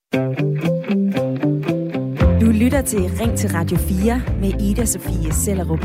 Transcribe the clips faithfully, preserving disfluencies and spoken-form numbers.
Du lytter til Ring til Radio fire med Ida Sofie Sellerup.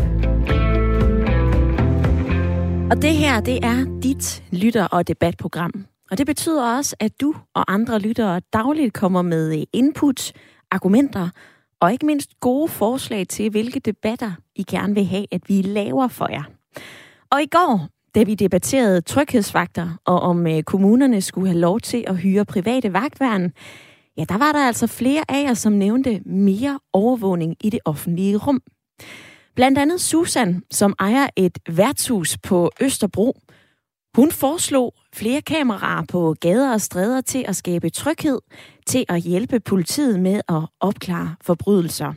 Og det her, det er dit lytter- og debatprogram. Og det betyder også, at du og andre lyttere dagligt kommer med input, argumenter og ikke mindst gode forslag til, hvilke debatter I gerne vil have, at vi laver for jer. Og i går, da vi debatterede tryghedsvagter og om kommunerne skulle have lov til at hyre private vagtværn, ja, der var der altså flere af jer, som nævnte mere overvågning i det offentlige rum. Blandt andet Susan, som ejer et værtshus på Østerbro. Hun foreslog flere kameraer på gader og stræder til at skabe tryghed, til at hjælpe politiet med at opklare forbrydelser.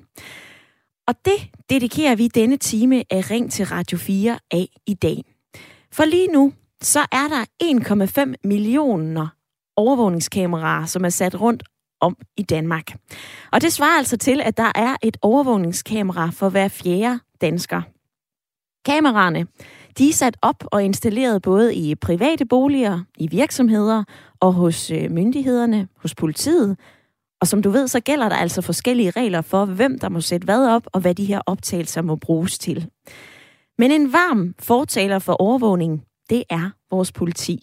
Og det dedikerer vi denne time af Ring til Radio fire af i dag. For lige nu, så er der en komma fem millioner overvågningskameraer, som er sat rundt om i Danmark. Og det svarer altså til, at der er et overvågningskamera for hver fjerde dansker. Kameraerne, de er sat op og installeret både i private boliger, i virksomheder og hos myndighederne, hos politiet. Og som du ved, så gælder der altså forskellige regler for, hvem der må sætte hvad op, og hvad de her optagelser må bruges til. Men en varm fortaler for overvågning, det er vores politi.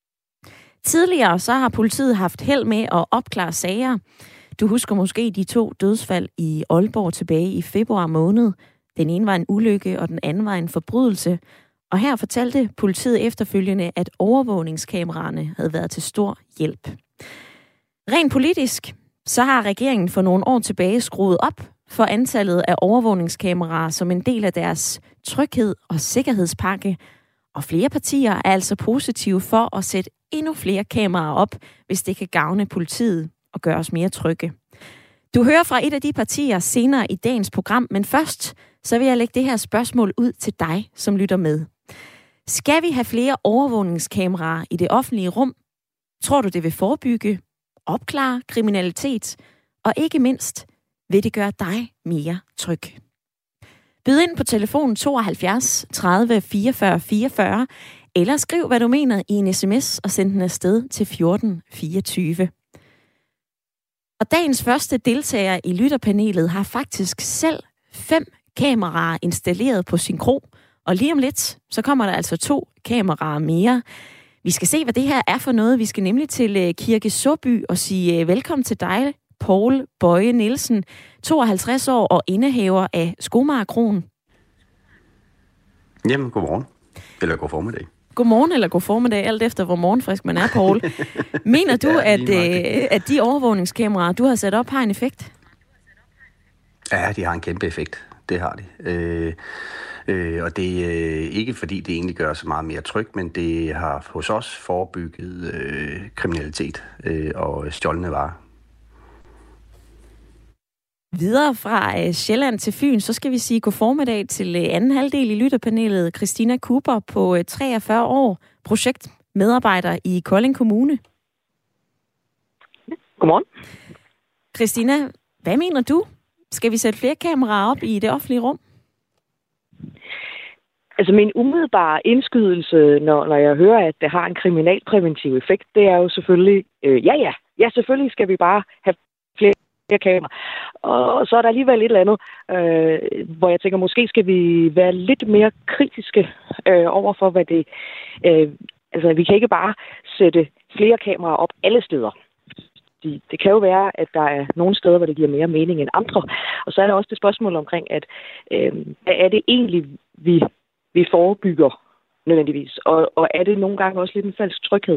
Tidligere så har politiet haft held med at opklare sager. Du husker måske de to dødsfald i Aalborg tilbage i februar måned. Den ene var en ulykke, og den anden var en forbrydelse. Og her fortalte politiet efterfølgende, at overvågningskameraerne havde været til stor hjælp. Rent politisk, så har regeringen for nogle år tilbage skruet op for antallet af overvågningskameraer som en del af deres tryghed- og sikkerhedspakke. Og flere partier er altså positive for at sætte endnu flere kameraer op, hvis det kan gavne politiet og gøre os mere trygge. Du hører fra et af de partier senere i dagens program, men først så vil jeg lægge det her spørgsmål ud til dig, som lytter med. Skal vi have flere overvågningskameraer i det offentlige rum? Tror du, det vil forebygge, opklare kriminalitet, og ikke mindst, vil det gøre dig mere tryg? Byd ind på telefon tooghalvfjerds tredive fireogfyrre fireogfyrre, eller skriv, hvad du mener i en sms og send den afsted til fjorten fireogtyve. Og dagens første deltager i lytterpanelet har faktisk selv fem kameraer installeret på sin kro, og lige om lidt, så kommer der altså to kameraer mere. Vi skal se, hvad det her er for noget. Vi skal nemlig til Kirke Såby og sige velkommen til dig, Poul Bøje Nielsen, tooghalvtreds år og indehaver af Skomagerkroen. Jamen, godmorgen. Eller god formiddag. Godmorgen eller god formiddag, alt efter hvor morgenfrisk man er, Poul. Mener du, ja, at, øh, at de overvågningskameraer, du har sat op, har en effekt? Ja, de har en kæmpe effekt. Det har de. Øh, øh, og det er øh, ikke fordi, det egentlig gør så meget mere trygt, men det har hos os forebygget øh, kriminalitet øh, og stjålne varer. Videre fra Sjælland til Fyn, så skal vi sige god formiddag til anden halvdel i lytterpanelet. Christina Cooper på treogfyrre år, projektmedarbejder i Kolding Kommune. Godmorgen. Christina, hvad mener du? Skal vi sætte flere kameraer op i det offentlige rum? Altså min umiddelbare indskydelse, når, når jeg hører, at det har en kriminalpræventiv effekt, det er jo selvfølgelig, øh, ja ja, ja selvfølgelig skal vi bare have flere kameraer. Og så er der alligevel et eller andet, øh, hvor jeg tænker, måske skal vi være lidt mere kritiske øh, over for, hvad det... Øh, altså, vi kan ikke bare sætte flere kameraer op alle steder. De, det kan jo være, at der er nogle steder, hvor det giver mere mening end andre. Og så er der også det spørgsmål omkring, at øh, hvad er det egentlig, vi, vi forebygger nødvendigvis? Og, og er det nogle gange også lidt en falsk tryghed?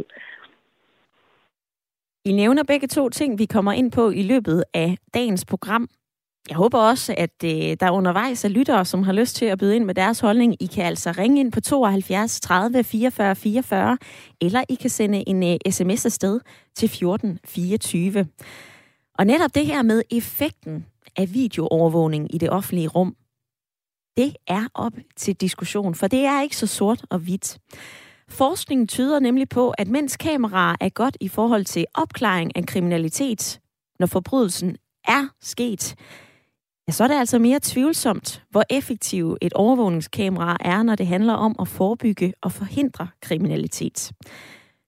I nævner begge to ting, vi kommer ind på i løbet af dagens program. Jeg håber også, at øh, der undervejs er lyttere, som har lyst til at byde ind med deres holdning. I kan altså ringe ind på tooghalvfjerds tredive fireogfyrre fireogfyrre, eller I kan sende en øh, sms afsted til fjorten fireogtyve. Og netop det her med effekten af videoovervågning i det offentlige rum, det er op til diskussion, for det er ikke så sort og hvidt. Forskningen tyder nemlig på, at mens kameraer er godt i forhold til opklaring af kriminalitet, når forbrydelsen er sket, ja, så er det altså mere tvivlsomt, hvor effektiv et overvågningskamera er, når det handler om at forebygge og forhindre kriminalitet.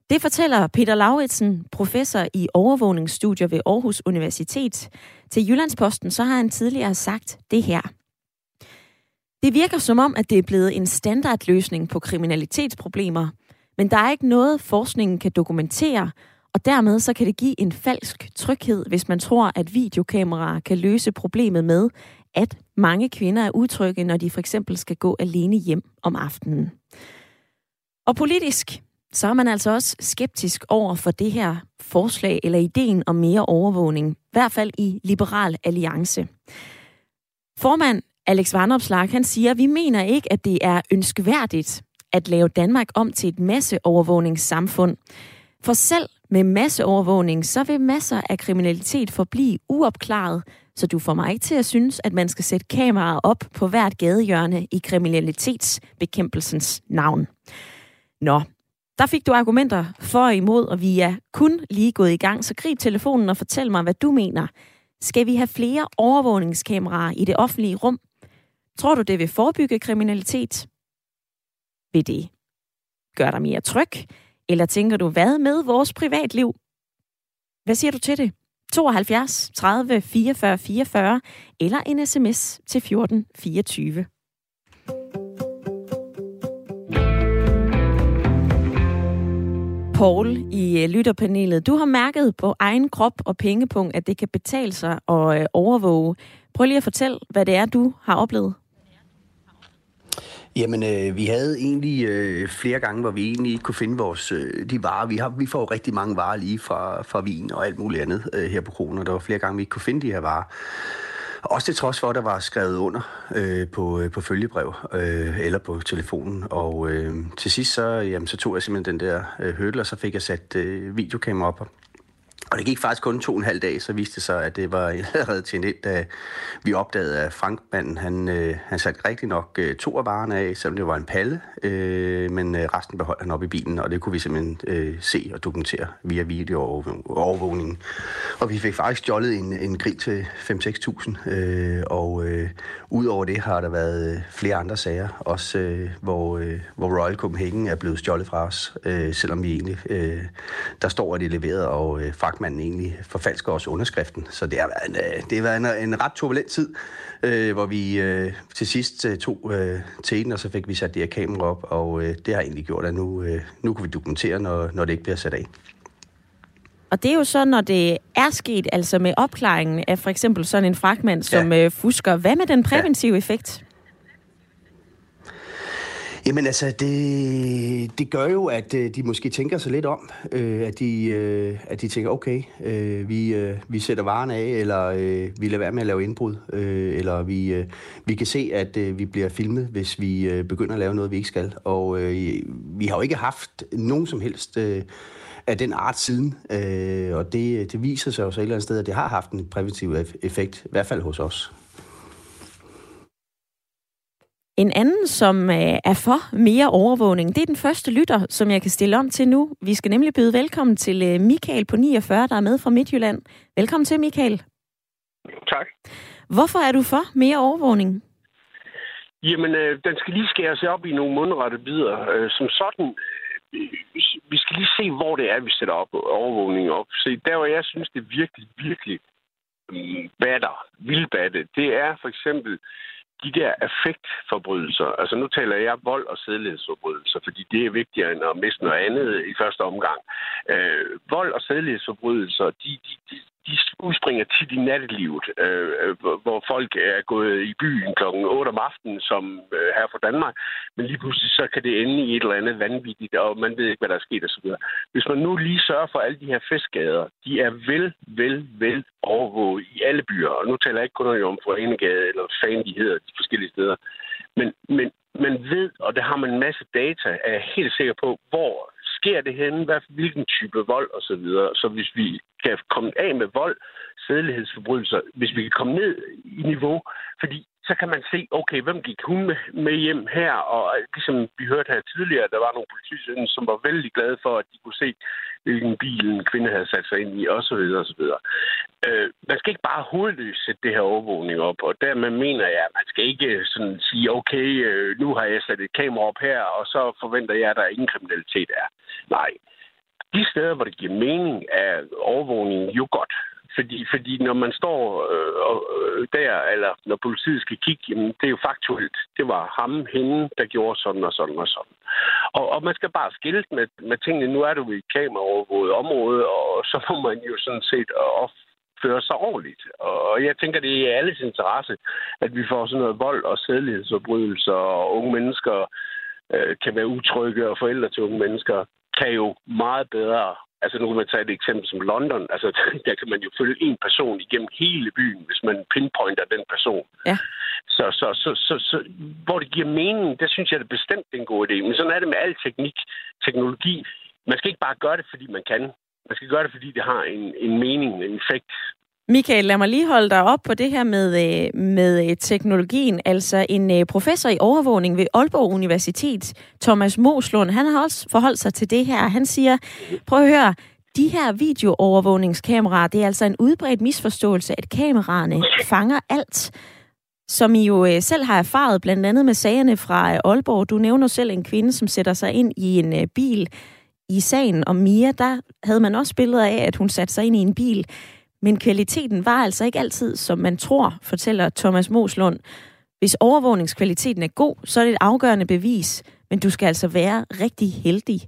Det fortæller Peter Lauritsen, professor i overvågningsstudier ved Aarhus Universitet. Til Jyllandsposten så har han tidligere sagt det her. Det virker som om, at det er blevet en standardløsning på kriminalitetsproblemer, men der er ikke noget, forskningen kan dokumentere, og dermed så kan det give en falsk tryghed, hvis man tror, at videokameraer kan løse problemet med, at mange kvinder er utrygge, når de for eksempel skal gå alene hjem om aftenen. Og politisk, så er man altså også skeptisk over for det her forslag eller ideen om mere overvågning, i hvert fald i Liberal Alliance. Formand Alex Vanopslagh, han siger, at vi mener ikke, at det er ønskværdigt at lave Danmark om til et masseovervågningssamfund. For selv med masseovervågning, så vil masser af kriminalitet forblive uopklaret, så du får mig ikke til at synes, at man skal sætte kameraer op på hvert gadehjørne i kriminalitetsbekæmpelsens navn. Nå, der fik du argumenter for og imod, og vi er kun lige gået i gang, så grib telefonen og fortæl mig, hvad du mener. Skal vi have flere overvågningskameraer i det offentlige rum? Tror du, det vil forebygge kriminalitet? Vil det gøre dig mere tryg? Eller tænker du, hvad med vores privatliv? Hvad siger du til det? tooghalvfjerds tredive fireogfyrre fireogfyrre eller en sms til fjorten fireogtyve. Paul i lytterpanelet, du har mærket på egen krop og pengepunkt, at det kan betale sig at overvåge. Prøv lige at fortælle, hvad det er, du har oplevet. Jamen, øh, vi havde egentlig øh, flere gange, hvor vi egentlig ikke kunne finde vores, øh, de varer. Vi, har, vi får jo rigtig mange varer lige fra, fra vin og alt muligt andet øh, her på kronen, og der var flere gange, vi ikke kunne finde de her varer. Også til trods for, at der var skrevet under øh, på, øh, på følgebrev øh, eller på telefonen. Og øh, til sidst så, jamen, så tog jeg simpelthen den der øh, hurdle, og så fik jeg sat øh, videokamera op. Og det gik faktisk kun to og en halv dag, så viste det sig, at det var allerede til et, da vi opdagede, at Frankmanden, han, øh, han satte rigtig nok øh, to af varerne af, selvom det var en palle, øh, men øh, resten beholdt han op i bilen, og det kunne vi simpelthen øh, se og dokumentere via videoovervågningen. Og vi fik faktisk stjålet en, en grill til fem til seks tusind, øh, og øh, udover det har der været flere andre sager, også øh, hvor, øh, hvor Royal Copenhagen er blevet stjålet fra os, øh, selvom vi egentlig, øh, der står, at det er leveret, og øh, Frankmanden egentlig forfalsker også underskriften. Så det har været en, det har været en, en ret turbulent tid, øh, hvor vi øh, til sidst øh, tog øh, til den, og så fik vi sat det her kamera op, og øh, det har egentlig gjort, at nu, øh, nu kan vi dokumentere, når, når det ikke bliver sat af. Og det er jo så, når det er sket, altså med opklaringen af for eksempel sådan en fragtmand, som ja. øh, fusker. Hvad med den præventive ja. effekt? Jamen altså, det, det gør jo, at de måske tænker sig lidt om, øh, at, de, øh, at de tænker, okay, øh, vi, øh, vi sætter varen af, eller øh, vi lader være med at lave indbrud, øh, eller vi, øh, vi kan se, at øh, vi bliver filmet, hvis vi øh, begynder at lave noget, vi ikke skal. Og øh, vi har jo ikke haft nogen som helst øh, af den art siden, øh, og det, det viser sig jo så et eller andet sted, at det har haft en præventiv effekt, i hvert fald hos os. En anden, som er for mere overvågning, det er den første lytter, som jeg kan stille om til nu. Vi skal nemlig byde velkommen til Michael på niogfyrre, der er med fra Midtjylland. Velkommen til, Michael. Tak. Hvorfor er du for mere overvågning? Jamen, øh, den skal lige skære sig op i nogle mundrette bidder. Øh, som sådan, øh, vi skal lige se, hvor det er, vi sætter op overvågning op. Se, der hvor jeg synes, det er virkelig, virkelig øh, batter, vildbatte, det er for eksempel de der affektforbrydelser. Altså nu taler jeg vold og sædelighedsforbrydelser, fordi det er vigtigere end at miste noget andet i første omgang. Øh, vold og sædelighedsforbrydelser, de, de, de, de udspringer tit i nattelivet, øh, hvor folk er gået i byen klokken otte om aftenen, som øh, her fra Danmark, men lige pludselig så kan det ende i et eller andet vanvittigt, og man ved ikke, hvad der er sket osv. Hvis man nu lige sørger for alle de her festgader, de er vel, vel, vel overvåget i alle byer, og nu taler jeg ikke kun om Forenegade eller hvad fanden de hedder de forskellige steder, men, men man ved, og der har man en masse data, er jeg helt sikker på, hvor sker det henne, hvad, hvilken type vold og så videre. Så hvis vi kan komme af med vold, sædelighedsforbrydelser, hvis vi kan komme ned i niveau, fordi så kan man se, okay, hvem gik hun med, med hjem her, og ligesom vi hørte her tidligere, der var nogle politifolk, som var vældig glade for, at de kunne se, hvilken bil en kvinde havde sat sig ind i, osv. osv. Øh, man skal ikke bare hovedløst sætte det her overvågning op, og dermed mener jeg, at man skal ikke sådan sige, okay, øh, nu har jeg sat et kamera op her, og så forventer jeg, at der ingen kriminalitet er. Nej. de steder, hvor det giver mening, er overvågningen jo godt. Fordi, fordi når man står øh, der, eller når politiet skal kigge, jamen, det er jo faktuelt. Det var ham, hende, der gjorde sådan og sådan og sådan. Og, og man skal bare skilte med, med tingene. Nu er du i et kameraovervåget område, og så må man jo sådan set opføre sig ordentligt. Og jeg tænker, det er i alles interesse, at vi får sådan noget vold og sædelighedsforbrydelser, og unge mennesker øh, kan være utrygge, og forældre til unge mennesker kan jo meget bedre. Altså nu kan man tage et eksempel som London. Altså der kan man jo følge en person igennem hele byen, hvis man pinpointer den person. Ja. Så, så, så, så, så hvor det giver mening, der synes jeg det bestemt er en god idé. Men sådan er det med al teknik, teknologi. Man skal ikke bare gøre det, fordi man kan. Man skal gøre det, fordi det har en, en mening, en effekt. Michael, lad mig lige holde dig op på det her med, med teknologien. Altså en professor i overvågning ved Aalborg Universitet, Thomas Moslund, han har også forholdt sig til det her. Han siger, prøv at høre, de her videoovervågningskameraer, det er altså en udbredt misforståelse, at kameraerne fanger alt, som I jo selv har erfaret, blandt andet med sagerne fra Aalborg. Du nævner selv en kvinde, som sætter sig ind i en bil. I sagen om Mia, der havde man også billeder af, at hun satte sig ind i en bil. Men kvaliteten var altså ikke altid, som man tror, fortæller Thomas Moslund. Hvis overvågningskvaliteten er god, så er det et afgørende bevis, men du skal altså være rigtig heldig.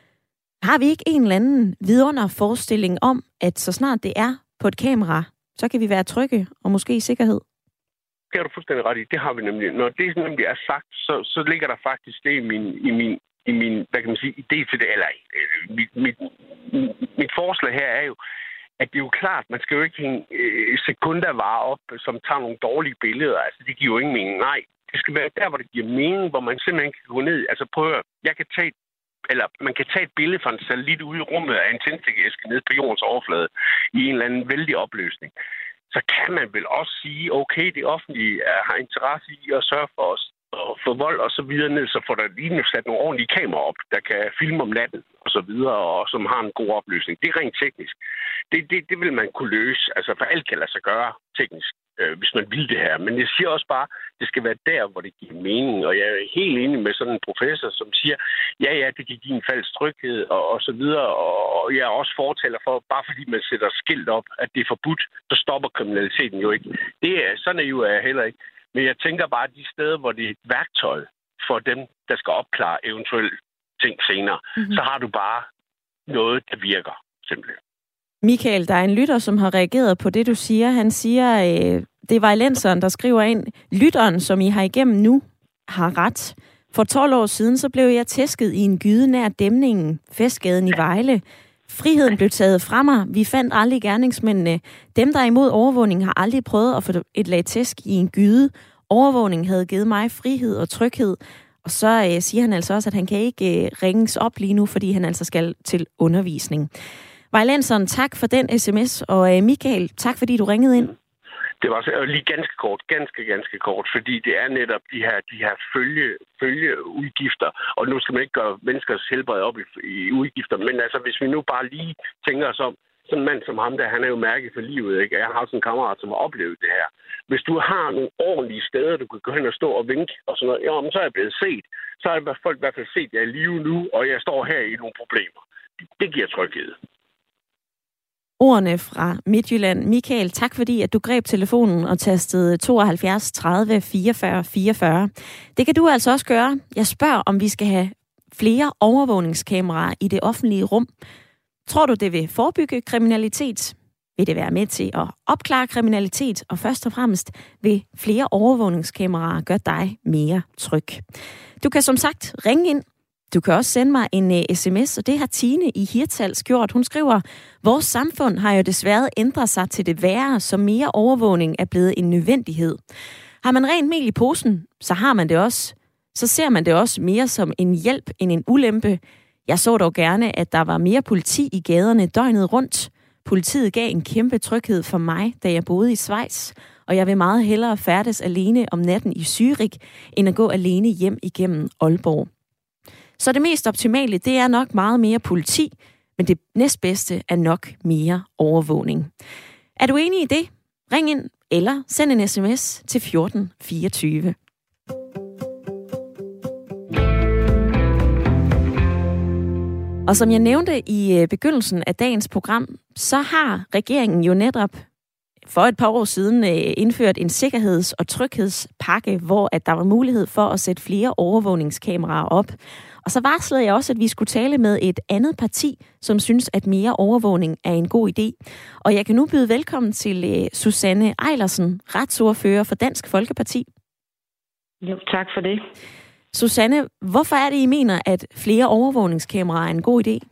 Har vi ikke en eller anden vidunderforestilling om, at så snart det er på et kamera, så kan vi være trygge og måske i sikkerhed? Det har du fuldstændig ret i. Det har vi nemlig. Når det nemlig er sagt, så, så ligger der faktisk det i min, i min, i min hvad kan man sige, idé til det. Eller mit, mit, mit forslag her er jo, at det er jo klart, man skal jo ikke hænge øh, sekundervarer op, som tager nogle dårlige billeder. Altså, det giver jo ingen mening. Nej, det skal være der, hvor det giver mening, hvor man simpelthen kan gå ned. Altså, prøv at høre, jeg kan tage, eller man kan tage et billede fra en satellit ude i rummet af en tændstikæske nede på jordens overflade i en eller anden vældig opløsning. Så kan man vel også sige, okay, det offentlige er, har interesse i at sørge for os og få vold og så videre ned, så får der lige sat nogle ordentlige kameraer op, der kan filme om natten og så videre, og som har en god opløsning. Det er rent teknisk. Det, det, det vil man kunne løse. Altså, for alt kan lade sig gøre teknisk, øh, hvis man vil det her. Men jeg siger også bare, det skal være der, hvor det giver mening. Og jeg er helt enig med sådan en professor, som siger, ja, ja, det kan give en falsk tryghed og, og så videre. Og jeg er også fortaler for, bare fordi man sætter skilt op, at det er forbudt, så stopper kriminaliteten jo ikke. Det er, sådan er jo jeg heller ikke. Men jeg tænker bare, at de steder, hvor det er et værktøj for dem, der skal opklare eventuelle ting senere, mm-hmm. så har du bare noget, der virker, simpelthen. Michael, der er en lytter, som har reageret på det, du siger. Han siger, øh, det er vejlenseren, der skriver ind, lytteren, som I har igennem nu, har ret. For tolv år siden, så blev jeg tæsket i en gyde nær dæmningen, Festgaden i Vejle. Friheden blev taget fra mig. Vi fandt aldrig gerningsmændene. Dem, der er imod overvågning, har aldrig prøvet at få et lag tæsk i en gyde. Overvågning havde givet mig frihed og tryghed. Og så øh, siger han altså også, at han kan ikke øh, ringes op lige nu, fordi han altså skal til undervisning. Vejlenseren, tak for den sms. Og øh, Michael, tak fordi du ringede ind. Det var også lige ganske kort, ganske, ganske kort, fordi det er netop de her, de her følge, følgeudgifter, og nu skal man ikke gøre menneskers helbred op i, i udgifter, men altså hvis vi nu bare lige tænker os om, sådan en mand som ham der, han er jo mærket for livet, ikke? Jeg har også en kammerat, som har oplevet det her. Hvis du har nogle ordentlige steder, du kan gå hen og stå og vinke og sådan noget, ja, men så er jeg blevet set. Så har folk i hvert fald set, at jeg er i live nu, og jeg står her i nogle problemer. Det giver tryghed. Ordene fra Midtjylland. Michael, tak fordi, at du greb telefonen og tastede tooghalvfjerds tredive fireogfyrre fireogfyrre. Det kan du altså også gøre. Jeg spørger, om vi skal have flere overvågningskameraer i det offentlige rum. Tror du, det vil forebygge kriminalitet? Vil det være med til at opklare kriminalitet? Og først og fremmest vil flere overvågningskameraer gøre dig mere tryg. Du kan som sagt ringe ind. Du kan også sende mig en uh, sms, og det har Tine i Hirtshals gjort. Hun skriver, vores samfund har jo desværre ændret sig til det værre, så mere overvågning er blevet en nødvendighed. Har man rent mel i posen, så har man det også. Så ser man det også mere som en hjælp end en ulempe. Jeg så dog gerne, at der var mere politi i gaderne døgnet rundt. Politiet gav en kæmpe tryghed for mig, da jeg boede i Schweiz, og jeg vil meget hellere færdes alene om natten i Zürich, end at gå alene hjem igennem Aalborg. Så det mest optimale, det er nok meget mere politi, men det næstbedste er nok mere overvågning. Er du enig i det? Ring ind eller send en sms til fjorten fireogtyve. Og som jeg nævnte i begyndelsen af dagens program, så har regeringen jo netop for et par år siden indført en sikkerheds- og tryghedspakke, hvor at der var mulighed for at sætte flere overvågningskameraer op. Og så varslede jeg også, at vi skulle tale med et andet parti, som synes, at mere overvågning er en god idé. Og jeg kan nu byde velkommen til Susanne Eilersen, retsordfører for Dansk Folkeparti. Jo, tak for det. Susanne, hvorfor er det, I mener, at flere overvågningskameraer er en god idé?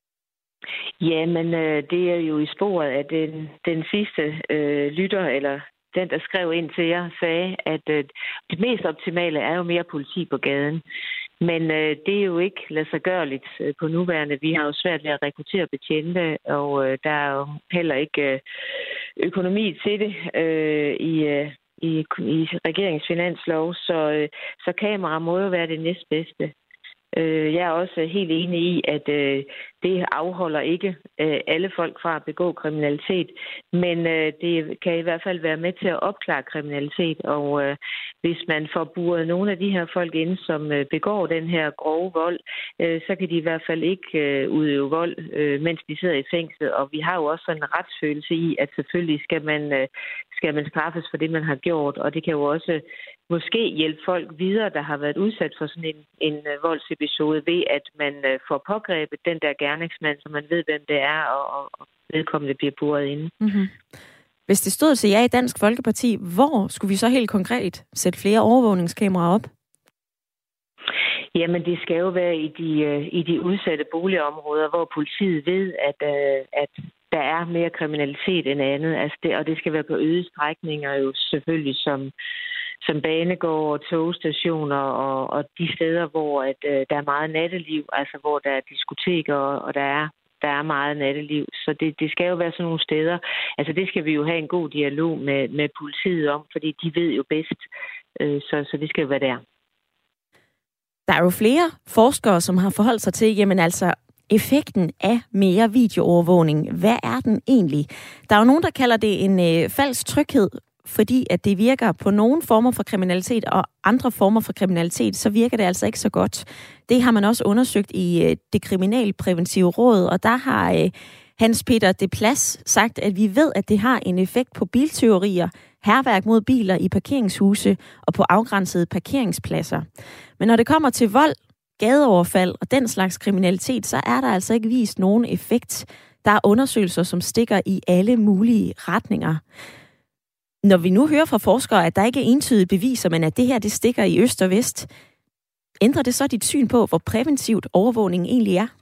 Jamen, øh, det er jo i sporet af den, den sidste øh, lytter, eller den, der skrev ind til jer, sagde, at øh, det mest optimale er jo mere politi på gaden. Men øh, det er jo ikke ladsiggørligt øh, på nuværende. Vi har jo svært ved at rekruttere betjente, og øh, der er jo heller ikke øh, økonomi til det øh, i, øh, i, i regeringens finanslov, så, øh, så kamera må jo være det næstbedste. Jeg er også helt enig i, at øh, det afholder ikke øh, alle folk fra at begå kriminalitet, men øh, det kan i hvert fald være med til at opklare kriminalitet, og øh, hvis man får buret nogle af de her folk ind, som øh, begår den her grove vold, øh, så kan de i hvert fald ikke øh, udøve vold, øh, mens de sidder i fængsel, og vi har jo også en retsfølelse i, at selvfølgelig skal man, øh, skal man straffes for det, man har gjort, og det kan jo også måske hjælpe folk videre, der har været udsat for sådan en, en uh, voldsepisode, ved at man uh, får pågrebet den der gerningsmand, så man ved, hvem det er, og, og vedkommende bliver buret inde. Mm-hmm. Hvis det stod til jer i Dansk Folkeparti, hvor skulle vi så helt konkret sætte flere overvågningskameraer op? Jamen, det skal jo være i de, uh, i de udsatte boligområder, hvor politiet ved, at, uh, at der er mere kriminalitet end andet. Altså det, og det skal være på øde strækninger, jo selvfølgelig som som banegård og togstationer og, og de steder, hvor at, øh, der er meget natteliv, altså hvor der er diskoteker og, og der er der er meget natteliv. Så det, det skal jo være sådan nogle steder. Altså det skal vi jo have en god dialog med, med politiet om, fordi de ved jo bedst. Øh, så, så det skal jo være der. Der er jo flere forskere, som har forholdt sig til, jamen altså, effekten af mere videoovervågning. Hvad er den egentlig? Der er jo nogen, der kalder det en øh, falsk tryghed, fordi at det virker på nogle former for kriminalitet og andre former for kriminalitet, så virker det altså ikke så godt. Det har man også undersøgt i øh, det kriminalpræventive råd, og der har øh, Hans Peter De Plads sagt, at vi ved, at det har en effekt på biltyverier, hærværk mod biler i parkeringshuse og på afgrænsede parkeringspladser. Men når det kommer til vold, gadeoverfald og den slags kriminalitet, så er der altså ikke vist nogen effekt. Der er undersøgelser, som stikker i alle mulige retninger. Når vi nu hører fra forskere, at der ikke er entydige beviser, men at det her det stikker i øst og vest, ændrer det så dit syn på, hvor præventivt overvågningen egentlig er?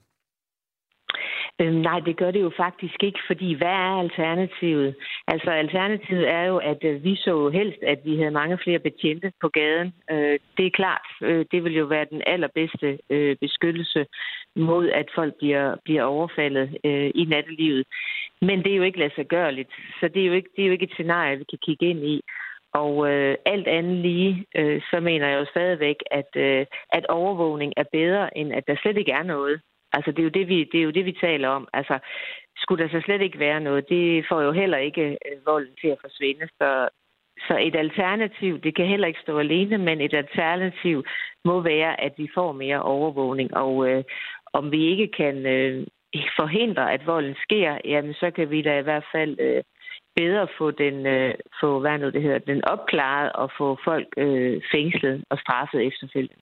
Øhm, nej, det gør det jo faktisk ikke, fordi hvad er alternativet? Altså alternativet er jo, at øh, vi så helst, at vi havde mange flere betjente på gaden. Øh, det er klart, øh, det vil jo være den allerbedste øh, beskyttelse mod, at folk bliver, bliver overfaldet øh, i nattelivet. Men det er jo ikke ladsiggørligt, så det er jo ikke, det er jo ikke et scenarie, vi kan kigge ind i. Og øh, alt andet lige, øh, så mener jeg jo stadigvæk, at, øh, at overvågning er bedre, end at der slet ikke er noget. Altså, det er jo det, vi, det er jo det, vi taler om. Altså, skulle der så slet ikke være noget, det får jo heller ikke øh, volden til at forsvinde. Så, så et alternativ, det kan heller ikke stå alene, men et alternativ må være, at vi får mere overvågning. Og øh, om vi ikke kan øh, forhindre, at volden sker, jamen så kan vi da i hvert fald øh, bedre få den, øh, få, hvad nu det hedder, den opklaret og få folk øh, fængslet og straffet efterfølgende.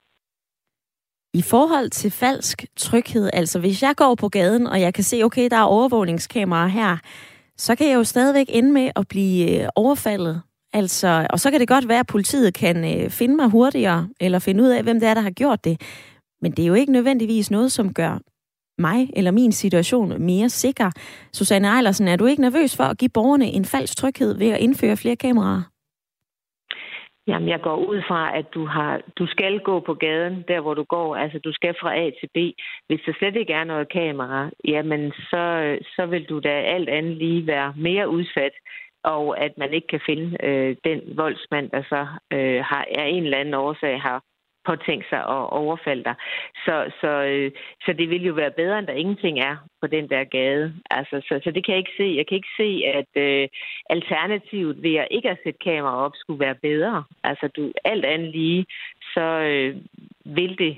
I forhold til falsk tryghed, altså hvis jeg går på gaden, og jeg kan se, okay, der er overvågningskameraer her, så kan jeg jo stadigvæk ende med at blive overfaldet. Altså, og så kan det godt være, at politiet kan finde mig hurtigere, eller finde ud af, hvem det er, der har gjort det. Men det er jo ikke nødvendigvis noget, som gør mig eller min situation mere sikker. Susanne Eilersen, er du ikke nervøs for at give borgerne en falsk tryghed ved at indføre flere kameraer? Jamen, jeg går ud fra, at du har, du skal gå på gaden, der hvor du går. Altså, du skal fra A til B. Hvis der slet ikke er noget kamera, jamen, så, så vil du da alt andet lige være mere udsat, og at man ikke kan finde øh, den voldsmand, der så øh, har, af en eller anden årsag har påtænkt sig at overfalde dig. Så, så, øh, så det vil jo være bedre, end der ingenting er på den der gade. Altså, så, så det kan jeg ikke se. Jeg kan ikke se, at øh, alternativet ved at ikke at sætte kamera op skulle være bedre. Altså, du, alt andet lige, så øh, vil det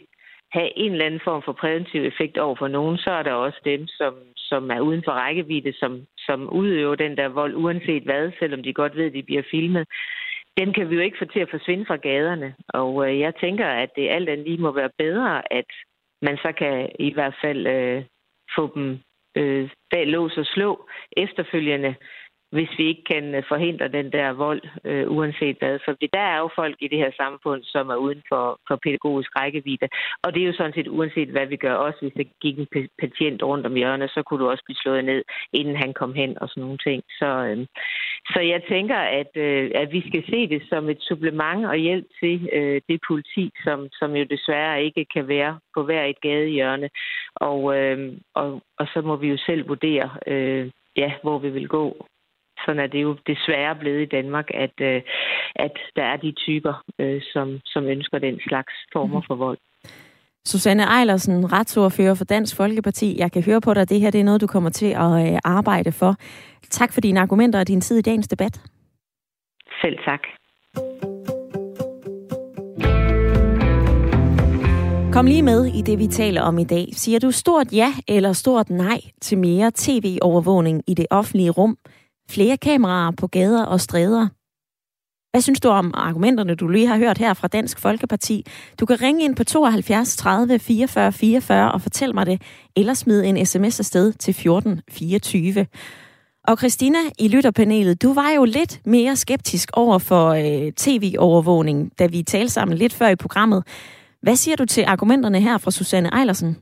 have en eller anden form for præventiv effekt over for nogen, så er der også dem, som, som er uden for rækkevidde, som, som udøver den der vold, uanset hvad, selvom de godt ved, at de bliver filmet. Den kan vi jo ikke få til at forsvinde fra gaderne. Og øh, jeg tænker, at det alt andet lige må være bedre, at man så kan i hvert fald øh, få dem øh, bag lås og slå efterfølgende, hvis vi ikke kan forhindre den der vold, øh, uanset hvad. For der er jo folk i det her samfund, som er uden for, for pædagogisk rækkevidde. Og det er jo sådan set uanset, hvad vi gør. Også hvis der gik en patient rundt om hjørnet, så kunne du også blive slået ned, inden han kom hen og sådan nogle ting. Så, øh, så jeg tænker, at, øh, at vi skal se det som et supplement og hjælp til øh, det politi, som, som jo desværre ikke kan være på hver et gadehjørne. Og, øh, og, og så må vi jo selv vurdere, øh, ja, hvor vi vil gå. Sådan er det jo desværre blevet i Danmark, at, øh, at der er de typer, øh, som, som ønsker den slags former for vold. Susanne Eilersen, retsordfører for Dansk Folkeparti. Jeg kan høre på dig, at det her det er noget, du kommer til at øh, arbejde for. Tak for dine argumenter og din tid i dagens debat. Selv tak. Kom lige med i det, vi taler om i dag. Siger du stort ja eller stort nej til mere tv-overvågning i det offentlige rum? Flere kameraer på gader og stræder. Hvad synes du om argumenterne, du lige har hørt her fra Dansk Folkeparti? Du kan ringe ind på tooghalvfjerds tredive fireogfyrre fireogfyrre og fortæl mig det, eller smid en sms afsted til fjorten fireogtyve. Og Christina i lytterpanelet, du var jo lidt mere skeptisk over for øh, tv-overvågning, da vi talte sammen lidt før i programmet. Hvad siger du til argumenterne her fra Susanne Eilersen?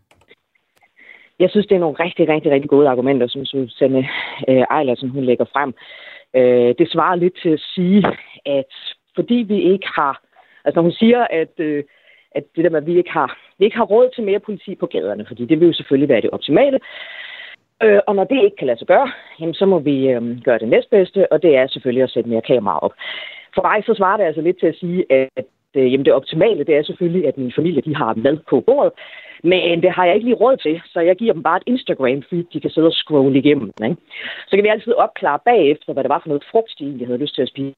Jeg synes, det er nogle rigtig, rigtig, rigtig gode argumenter, som Susanne øh, Eilersen hun lægger frem. Øh, det svarer lidt til at sige, at fordi vi ikke har, altså når hun siger, at, øh, at det der med, at vi ikke har, vi ikke har råd til mere politi på gaderne, fordi det vil jo selvfølgelig være det optimale. Øh, og når det ikke kan lade sig gøre, jamen, så må vi øh, gøre det næstbedste, og det er selvfølgelig at sætte mere kameraer op. For mig så svarer det altså lidt til at sige, at øh, jamen, det optimale, det er selvfølgelig, at min familie de har mad på bordet. Men det har jeg ikke lige råd til, så jeg giver dem bare et Instagram-feed, de kan sidde og scrolle igennem. Ikke? Så kan vi altid opklare bagefter, hvad det var for noget frugt, de egentlig havde lyst til at spise.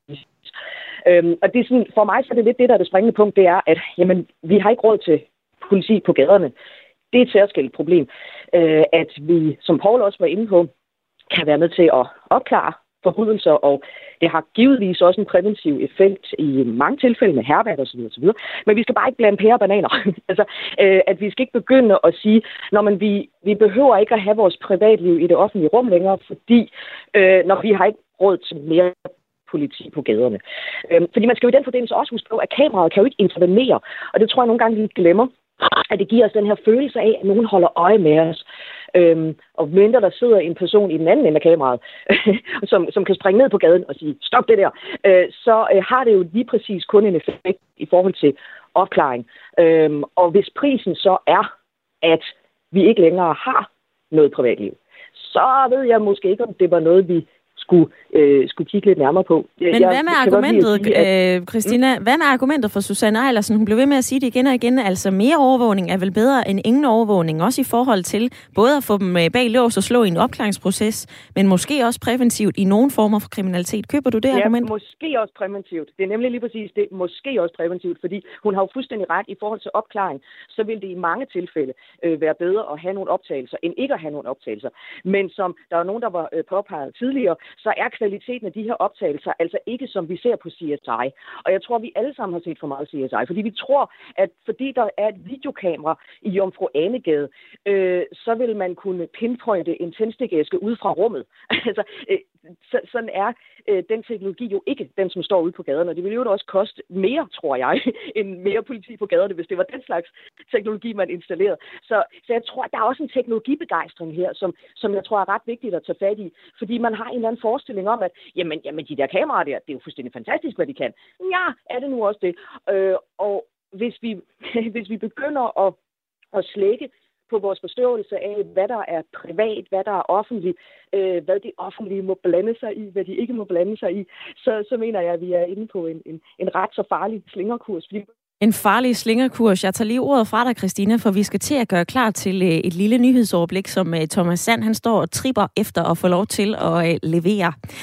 Øhm, og det er sådan, for mig så er det lidt det, der er det springende punkt, det er, at jamen, vi har ikke råd til politi på gaderne. Det er et særskilt problem, øh, at vi, som Paul også var inde på, kan være med til at opklare forbrydelser, og det har givetvis også en præventiv effekt i mange tilfælde med hærværk og så videre, så videre. Men vi skal bare ikke blande pærer og bananer. altså, øh, at vi skal ikke begynde at sige, når man, vi, vi behøver ikke at have vores privatliv i det offentlige rum længere, fordi øh, når vi har ikke råd til mere politi på gaderne. Øh, fordi man skal jo i den forbindelse også huske på, at kameraet kan jo ikke intervenere, og det tror jeg nogle gange, vi glemmer, at det giver os den her følelse af, at nogen holder øje med os. Øhm, og mindre der sidder en person i den anden ende af kameraet, som, som kan springe ned på gaden og sige, stop det der, øh, så øh, har det jo lige præcis kun en effekt i forhold til opklaring. Øhm, og hvis prisen så er, at vi ikke længere har noget privatliv, så ved jeg måske ikke, om det var noget, vi skulle, øh, skulle kigge lidt nærmere på. Men jeg, hvad med argumentet, sige, at, øh, Christina, mm? hvad med argumentet for Susanne Eilersen? Hun blev ved med at sige det igen og igen, altså mere overvågning er vel bedre end ingen overvågning, også i forhold til både at få dem bag lås og slå i en opklaringsproces, men måske også præventivt i nogle former for kriminalitet. Køber du det ja, argument? Måske også præventivt. Det er nemlig lige præcis det, måske også præventivt, fordi hun har jo fuldstændig ret i forhold til opklaring, så vil det i mange tilfælde øh, være bedre at have nogle optagelser, end ikke at have nogle optagelser. Men som der er nogen, der var øh, påpeget tidligere, så er kvaliteten af de her optagelser altså ikke, som vi ser på C S I. Og jeg tror, vi alle sammen har set for meget C S I, fordi vi tror, at fordi der er et videokamera i Jomfru Anegade, øh, så vil man kunne pinpointe en tændstikæske ude fra rummet. altså, øh, så, sådan er øh, den teknologi jo ikke den, som står ude på gaderne. Og det ville jo også koste mere, tror jeg, end mere politi på gaderne, hvis det var den slags teknologi, man installerede. Så, så jeg tror, at der er også en teknologibegejstring her, som, som jeg tror er ret vigtigt at tage fat i, fordi man har en eller anden forestilling om, at jamen, jamen, de der kameraer der, det er jo fuldstændig fantastisk, hvad de kan. Ja, er det nu også det. Øh, og hvis vi, hvis vi begynder at, at slække på vores forståelse af, hvad der er privat, hvad der er offentligt, øh, hvad de offentlige må blande sig i, hvad de ikke må blande sig i, så, så mener jeg, at vi er inde på en, en, en ret så farlig slingerkurs. Fordi En farlig slingerkurs. Jeg tager lige ordet fra dig, Christina, for vi skal til at gøre klar til et lille nyhedsoverblik, som Thomas Sand han står og tripper efter at få lov til at levere.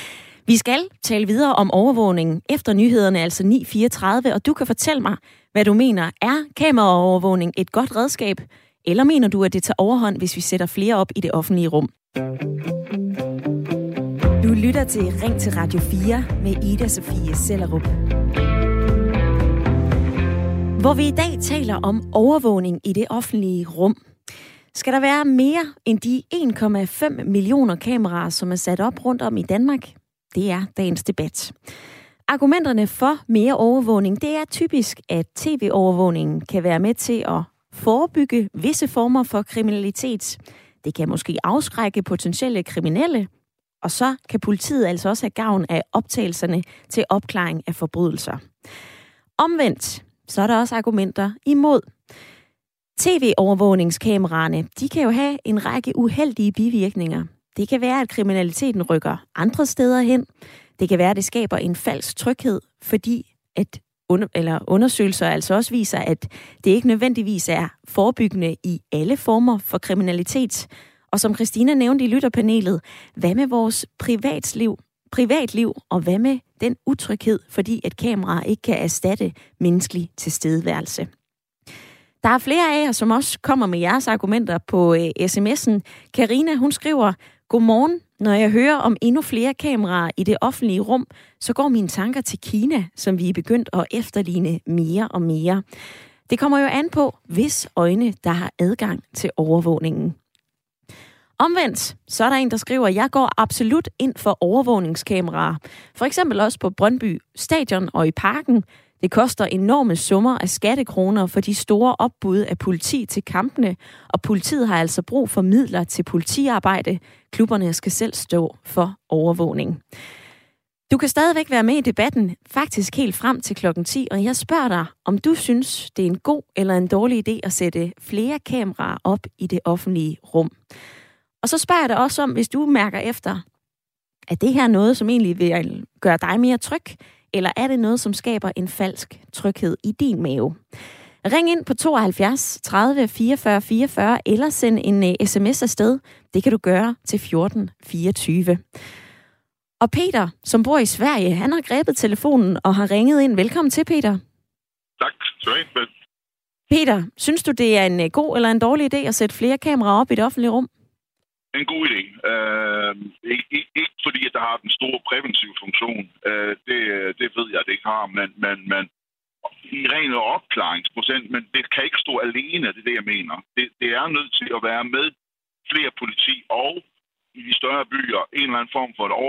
Vi skal tale videre om overvågningen efter nyhederne, altså ni fireogtredive, og du kan fortælle mig, hvad du mener. Er kameraovervågning et godt redskab, eller mener du, at det tager overhånd, hvis vi sætter flere op i det offentlige rum? Du lytter til Ring til Radio fire med Ida Sofie Sellerup. Hvor vi i dag taler om overvågning i det offentlige rum. Skal der være mere end de en komma fem millioner kameraer, som er sat op rundt om i Danmark? Det er dagens debat. Argumenterne for mere overvågning, det er typisk, at tv-overvågningen kan være med til at forebygge visse former for kriminalitet. Det kan måske afskrække potentielle kriminelle, og så kan politiet altså også have gavn af optagelserne til opklaring af forbrydelser. Omvendt, så er der også argumenter imod. T V-overvågningskameraerne, de kan jo have en række uheldige bivirkninger. Det kan være, at kriminaliteten rykker andre steder hen. Det kan være, at det skaber en falsk tryghed, fordi at under, eller undersøgelser altså også viser, at det ikke nødvendigvis er forebyggende i alle former for kriminalitet. Og som Christina nævnte i lytterpanelet, hvad med vores privatliv, privatliv og hvad med den utryghed, fordi at kameraer ikke kan erstatte menneskelig tilstedeværelse? Der er flere af jer, som også kommer med jeres argumenter på øh, sms'en. Karina, hun skriver, godmorgen. Når jeg hører om endnu flere kameraer i det offentlige rum, så går mine tanker til Kina, som vi er begyndt at efterligne mere og mere. Det kommer jo an på, hvis øjne, der har adgang til overvågningen. Omvendt, så er der en, der skriver, jeg går absolut ind for overvågningskameraer. For eksempel også på Brøndby Stadion og i parken. Det koster enorme summer af skattekroner for de store opbud af politi til kampene, og politiet har altså brug for midler til politiarbejde. Klubberne skal selv stå for overvågning. Du kan stadigvæk være med i debatten, faktisk helt frem til klokken ti, og jeg spørger dig, om du synes, det er en god eller en dårlig idé at sætte flere kameraer op i det offentlige rum. Og så spørger jeg dig også om, hvis du mærker efter, er det her noget, som egentlig vil gøre dig mere tryg, eller er det noget, som skaber en falsk tryghed i din mave? Ring ind på tooghalvfjerds tredive fireogfyrre fireogfyrre, eller send en uh, sms afsted. Det kan du gøre til fjorten fireogtyve. Og Peter, som bor i Sverige, han har grebet telefonen og har ringet ind. Velkommen til, Peter. Tak. Peter, synes du, det er en uh, god eller en dårlig idé at sætte flere kameraer op i det offentlige rum? En god idé. Uh, ikke, ikke, ikke fordi, at der har den store præventive funktion. Uh, det, det ved jeg, at det ikke har, men, men, men i ren opklaringsprocent, men det kan ikke stå alene, det er det, jeg mener. Det, det er nødt til at være med flere politi og i de større byer en eller anden form for en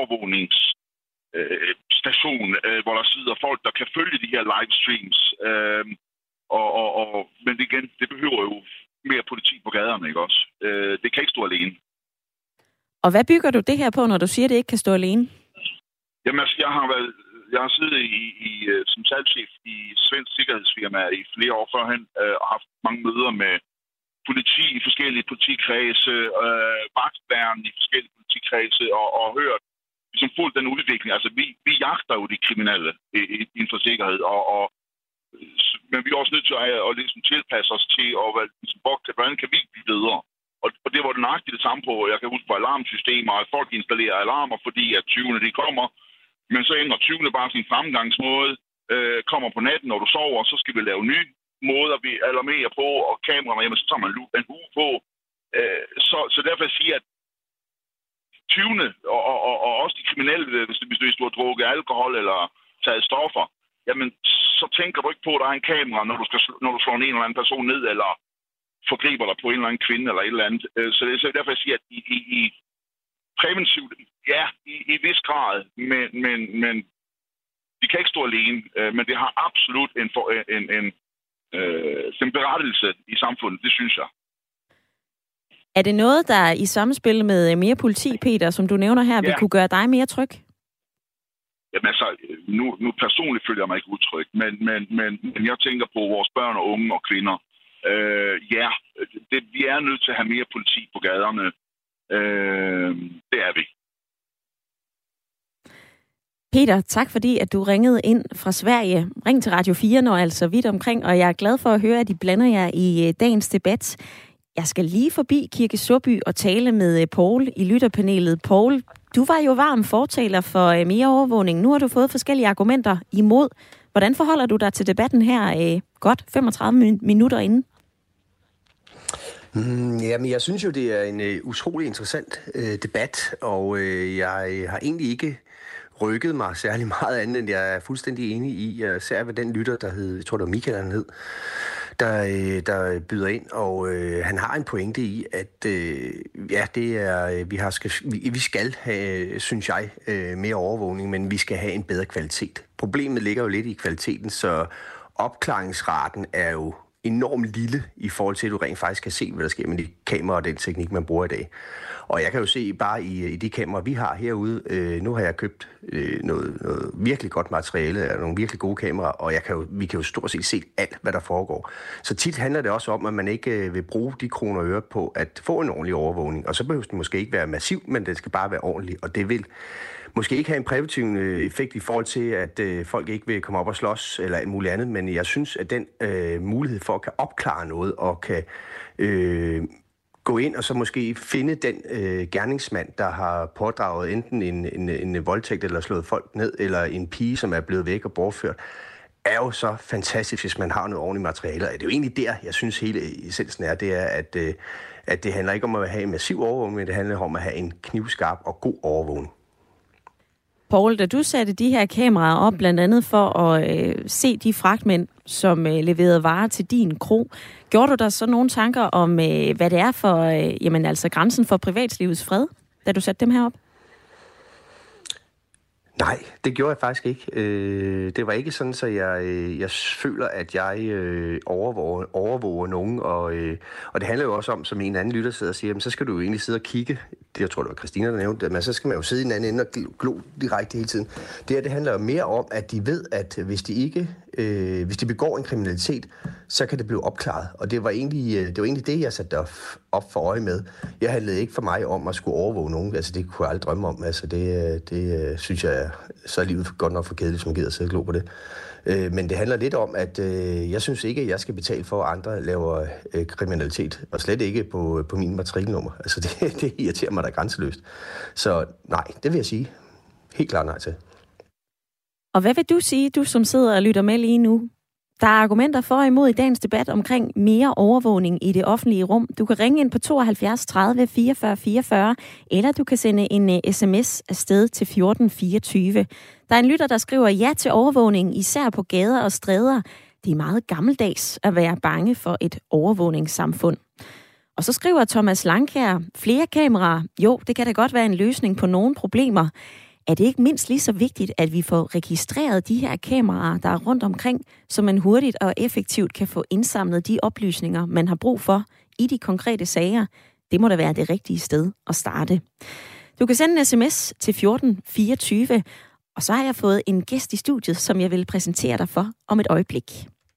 overvågningsstation, uh, uh, hvor der sidder folk, der kan følge de her livestreams. Uh, og, og, og, men igen, det behøver jo mere politi på gaderne, ikke også? Uh, det kan ikke stå alene. Og hvad bygger du det her på, når du siger, at det ikke kan stå alene? Jamen, altså, jeg har været, jeg har siddet i, i, som salgschef i svensk sikkerhedsfirma i flere år førhen, øh, og haft mange møder med politi i forskellige politikredse, øh, vagtværn i forskellige politikredse, og, og hørt ligesom fuldt den udvikling. Altså, vi, vi jagter jo de kriminelle inden for sikkerhed, og, og, men vi er også nødt til at, at ligesom tilpasse os til, og ligesom, hvordan kan vi blive bedre? Og, og det var det nøjagtigt det samme på, jeg kan huske på alarmsystemer, at folk installerer alarmer, fordi at tyvene de kommer, men så ændrer tyvene bare sin fremgangsmåde, øh, kommer på natten, når du sover, så skal vi lave nye måder, vi alarmerer på, og kameraerne, jamen, så tager man en hue på. Øh, så, så derfor jeg siger, at tyvene, og, og, og, og også de kriminelle, hvis, hvis, hvis du har drukket alkohol eller taget stoffer, jamen, så tænker du ikke på, at der er en kamera, når du, skal, når du slår en eller anden person ned, eller forgriber dig på en eller anden kvinde eller et eller andet. Så det er derfor, jeg siger, at i, i, i præventivt, ja, i, i vis grad, men, men, men de kan ikke stå alene, men det har absolut en, for, en, en, en berettelse i samfundet, det synes jeg. Er det noget, der i samspil med mere politi, Peter, som du nævner her, vil ja. kunne gøre dig mere tryg? Jamen altså, nu, nu personligt føler jeg mig ikke utryg, men, men, men, men jeg tænker på vores børn og unge og kvinder. Øh, ja, det, vi er nødt til at have mere politi på gaderne. Øh, det er vi. Peter, tak fordi, at du ringede ind fra Sverige. Ring til Radio fire, når altså vidt omkring, og jeg er glad for at høre, at I blander jer i dagens debat. Jeg skal lige forbi Kirke Såby og tale med Poul i lytterpanelet. Poul, Du var jo varm fortaler for mere overvågning. Nu har du fået forskellige argumenter imod. Hvordan forholder du dig til debatten her øh, godt femogtredive minutter inden? Mm, jamen, jeg synes jo, det er en uh, utrolig interessant uh, debat, og uh, jeg har egentlig ikke rykket mig særlig meget andet, end jeg er fuldstændig enig i, især ved den lytter, der hed, jeg tror det var Michael, han hed, der, uh, der byder ind, og uh, han har en pointe i, at uh, ja, det er, vi, har, skal, vi, vi skal have, synes jeg, uh, mere overvågning, men vi skal have en bedre kvalitet. Problemet ligger jo lidt i kvaliteten, så opklaringsraten er jo enormt lille i forhold til, at du rent faktisk kan se, hvad der sker med de kameraer og den teknik, man bruger i dag. Og jeg kan jo se bare i, i de kameraer, vi har herude, øh, nu har jeg købt øh, noget, noget virkelig godt materiale, nogle virkelig gode kameraer, og jeg kan jo, vi kan jo stort set se alt, hvad der foregår. Så tit handler det også om, at man ikke øh, vil bruge de kroner og øre på at få en ordentlig overvågning. Og så behøver det måske ikke være massiv, men det skal bare være ordentligt, og det vil måske ikke have en præventiv effekt i forhold til, at øh, folk ikke vil komme op og slås eller alt muligt andet, men jeg synes, at den øh, mulighed for at kan opklare noget og kan øh, gå ind og så måske finde den øh, gerningsmand, der har pådraget enten en, en, en voldtægt eller slået folk ned, eller en pige, som er blevet væk og bortført, er jo så fantastisk, hvis man har noget ordentligt materiale. Det er jo egentlig der, jeg synes hele essensen er, det er, at, øh, at det handler ikke om at have en massiv overvågning, men det handler om at have en knivskarp og god overvågning. Poul, da du satte de her kameraer op, blandt andet for at øh, se de fragtmænd, som øh, leverede varer til din kro, gjorde du der så nogle tanker om, øh, hvad det er for øh, jamen, altså grænsen for privatlivets fred, da du satte dem her op? Nej, det gjorde jeg faktisk ikke. Øh, det var ikke sådan, så jeg, øh, jeg føler, at jeg øh, overvåger, overvåger nogen. Og, øh, og det handler jo også om, som en anden lytter sidder og siger, jamen, så skal du jo egentlig sidde og kigge. Det, jeg tror, det var Christina, der nævnte det, men så skal man jo sidde i den anden ende og glo direkte hele tiden. Det her, det handler jo mere om, at de ved, at hvis de ikke, øh, hvis de begår en kriminalitet, så kan det blive opklaret. Og det var egentlig det, var egentlig det jeg satte op for øje med. Jeg handlede ikke for mig om at skulle overvåge nogen. Altså, det kunne jeg aldrig drømme om. Altså, det, det synes jeg, så er livet godt nok for kedeligt, som gider at sidde og glo på det. Men det handler lidt om, at øh, jeg synes ikke, at jeg skal betale for, at andre laver øh, kriminalitet. Og slet ikke på, på min matrikelnummer. Altså, det, det irriterer mig da grænseløst. Så nej, det vil jeg sige. Helt klart nej til. Og hvad vil du sige, du som sidder og lytter med lige nu? Der er argumenter for og imod i dagens debat omkring mere overvågning i det offentlige rum. Du kan ringe ind på tooghalvfjerds tredive fireogfyrre fireogfyrre, eller du kan sende en uh, sms afsted til fjorten fireogtyve. Der er en lytter, der skriver ja til overvågning, især på gader og stræder. Det er meget gammeldags at være bange for et overvågningssamfund. Og så skriver Thomas Langkjær, flere kameraer. Jo, det kan da godt være en løsning på nogle problemer. Er det ikke mindst lige så vigtigt, at vi får registreret de her kameraer, der er rundt omkring, så man hurtigt og effektivt kan få indsamlet de oplysninger, man har brug for i de konkrete sager? Det må da være det rigtige sted at starte. Du kan sende en sms til fjorten fireogtyve, og så har jeg fået en gæst i studiet, som jeg vil præsentere dig for om et øjeblik.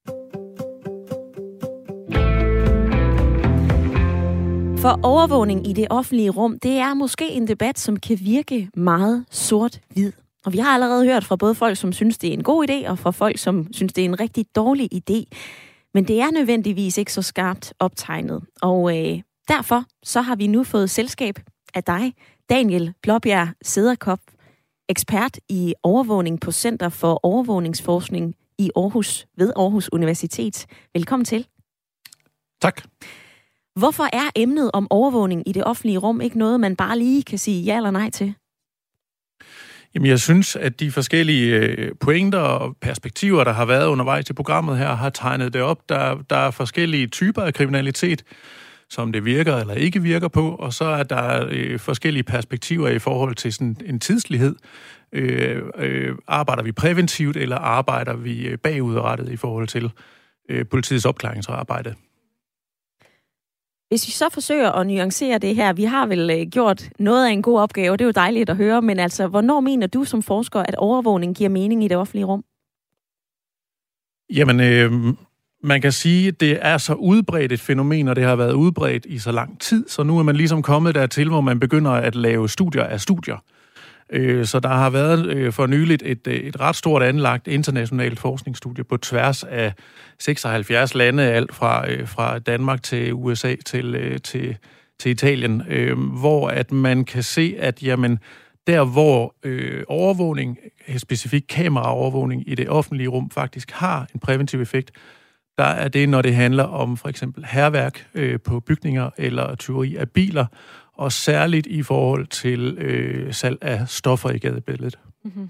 For overvågning i det offentlige rum, det er måske en debat, som kan virke meget sort-hvid. Og vi har allerede hørt fra både folk, som synes, det er en god idé, og fra folk, som synes, det er en rigtig dårlig idé. Men det er nødvendigvis ikke så skarpt optegnet. Og øh, derfor så har vi nu fået selskab af dig, Daniel Blåbjerg Cederkop, ekspert i overvågning på Center for Overvågningsforskning i Aarhus ved Aarhus Universitet. Velkommen til. Tak. Hvorfor er emnet om overvågning i det offentlige rum ikke noget, man bare lige kan sige ja eller nej til? Jamen, jeg synes, at de forskellige pointer og perspektiver, der har været undervejs i programmet her, har tegnet det op. Der, der er forskellige typer af kriminalitet, som det virker eller ikke virker på, og så er der øh, forskellige perspektiver i forhold til sådan en tidslighed. Øh, øh, arbejder vi præventivt, eller arbejder vi bagudrettet i forhold til øh, politiets opklaringsarbejde? Hvis vi så forsøger at nuancere det her, vi har vel øh, gjort noget af en god opgave, det er jo dejligt at høre, men altså, hvornår mener du som forsker, at overvågning giver mening i det offentlige rum? Jamen, øh, man kan sige, at det er så udbredt et fænomen, og det har været udbredt i så lang tid, så nu er man ligesom kommet dertil, hvor man begynder at lave studier af studier. Øh, så der har været øh, for nyligt et, et ret stort anlagt internationalt forskningsstudie på tværs af seksoghalvfjerds lande, alt fra, øh, fra Danmark til U S A til, øh, til, til Italien, øh, hvor at man kan se, at jamen, der, hvor øh, overvågning, specifikt kameraovervågning i det offentlige rum, faktisk har en præventiv effekt, der er det, når det handler om for eksempel hærværk øh, på bygninger eller tyveri af biler, og særligt i forhold til øh, salg af stoffer i gadebilledet. Mm-hmm.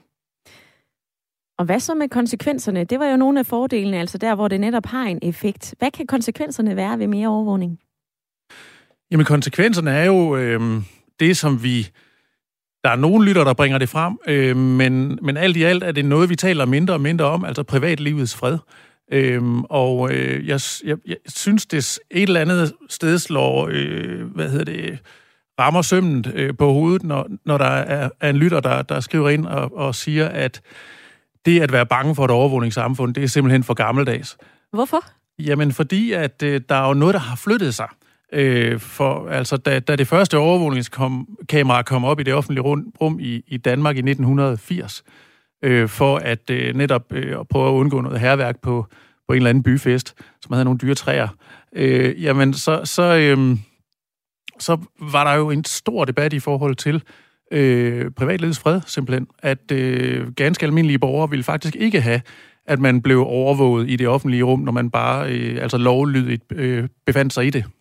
Og hvad så med konsekvenserne? Det var jo nogle af fordelene, altså der, hvor det netop har en effekt. Hvad kan konsekvenserne være ved mere overvågning? Jamen, konsekvenserne er jo øh, det, som vi... Der er nogle lytter, der bringer det frem, øh, men, men alt i alt er det noget, vi taler mindre og mindre om, altså privatlivets fred. Øh, og øh, jeg, jeg, jeg synes, det et eller andet sted slår, øh, hvad hedder det, rammer sømmet øh, på hovedet, når, når der er, er en lytter, der, der skriver ind og, og siger, at det at være bange for et overvågningssamfund, det er simpelthen for gammeldags. Hvorfor? Jamen, fordi at øh, der er jo noget, der har flyttet sig. Øh, for, altså, da, da det første overvågningskamera kom op i det offentlige rum i, i Danmark i nitten firs, øh, for at øh, netop øh, at prøve at undgå noget hærværk på, på en eller anden byfest, som havde nogle dyre træer, øh, jamen, så, så, øh, så var der jo en stor debat i forhold til øh, privatlivets fred, simpelthen. At øh, ganske almindelige borgere ville faktisk ikke have, at man blev overvåget i det offentlige rum, når man bare øh, altså lovlydigt øh, befandt sig i det.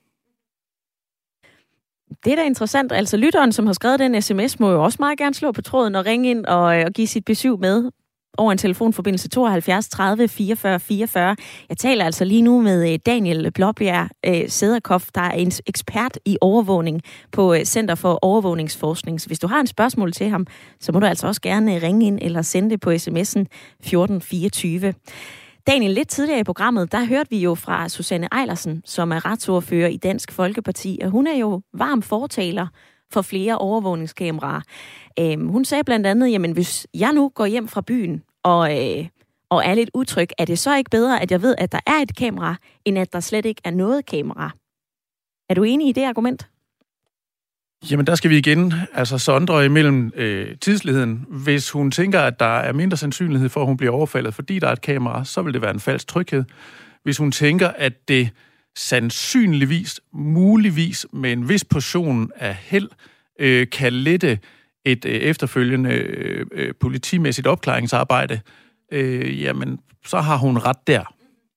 Det er da interessant. Altså lytteren, som har skrevet den sms, må jo også meget gerne slå på tråden og ringe ind og, og give sit besøg med over en telefonforbindelse tooghalvfjerds tredive fireogfyrre fireogfyrre. Jeg taler altså lige nu med Daniel Blåbjerg øh, Sederkoff, der er en ekspert i overvågning på Center for Overvågningsforskning. Så hvis du har en spørgsmål til ham, så må du altså også gerne ringe ind eller sende det på sms'en fjorten fireogtyve. Daniel, lidt tidligere i programmet, der hørte vi jo fra Susanne Eilersen, som er retsordfører i Dansk Folkeparti, og hun er jo varm fortaler for flere overvågningskameraer. Øhm, hun sagde blandt andet, jamen hvis jeg nu går hjem fra byen og, øh, og er lidt utryg, er det så ikke bedre, at jeg ved, at der er et kamera, end at der slet ikke er noget kamera? Er du enig i det argument? Jamen, der skal vi igen altså sondre imellem øh, tidsligheden. Hvis hun tænker, at der er mindre sandsynlighed for, at hun bliver overfaldet, fordi der er et kamera, så vil det være en falsk tryghed. Hvis hun tænker, at det sandsynligvis, muligvis med en vis portion af held, øh, kan lette et øh, efterfølgende øh, politimæssigt opklaringsarbejde, øh, jamen, så har hun ret der.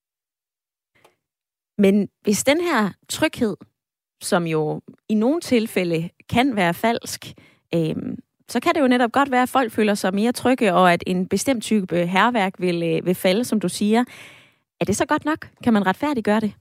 Men hvis den her tryghed, som jo i nogle tilfælde kan være falsk, øh, så kan det jo netop godt være, at folk føler sig mere trygge, og at en bestemt type hærværk vil, øh, vil falde, som du siger. Er det så godt nok? Kan man retfærdiggøre det?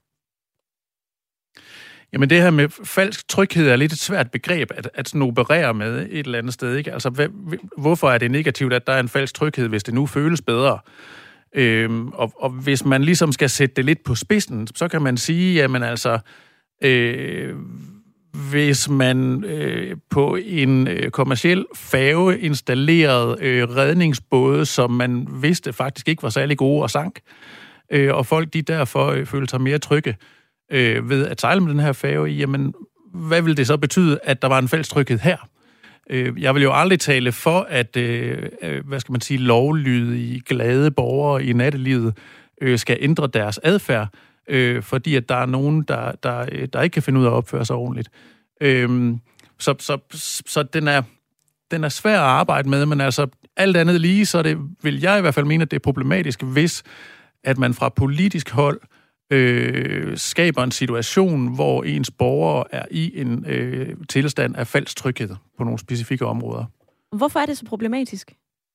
Jamen det her med falsk tryghed er lidt et svært begreb at, at sådan operere med et eller andet sted. Ikke? Altså hvad, hvorfor er det negativt, at der er en falsk tryghed, hvis det nu føles bedre? Øhm, og, og hvis man ligesom skal sætte det lidt på spidsen, så kan man sige, jamen altså, øh, hvis man øh, på en øh, kommerciel færge installerede øh, redningsbåde, som man vidste faktisk ikke var særlig gode og sank, øh, og folk de derfor øh, følte sig mere trygge øh, ved at sejle med den her færge, jamen hvad vil det så betyde, at der var en falsk tryghed her? Øh, jeg vil jo aldrig tale for, at øh, hvad skal man sige, lovlydige, glade borgere i nattelivet øh, skal ændre deres adfærd, øh, fordi at der er nogen, der, der, der ikke kan finde ud af at opføre sig ordentligt. Øh, så så, så den, er, den er svær at arbejde med, men altså alt andet lige, så det, vil jeg i hvert fald mene, at det er problematisk, hvis at man fra politisk hold øh, skaber en situation, hvor ens borgere er i en øh, tilstand af falsk tryghed på nogle specifikke områder. Hvorfor er det så problematisk?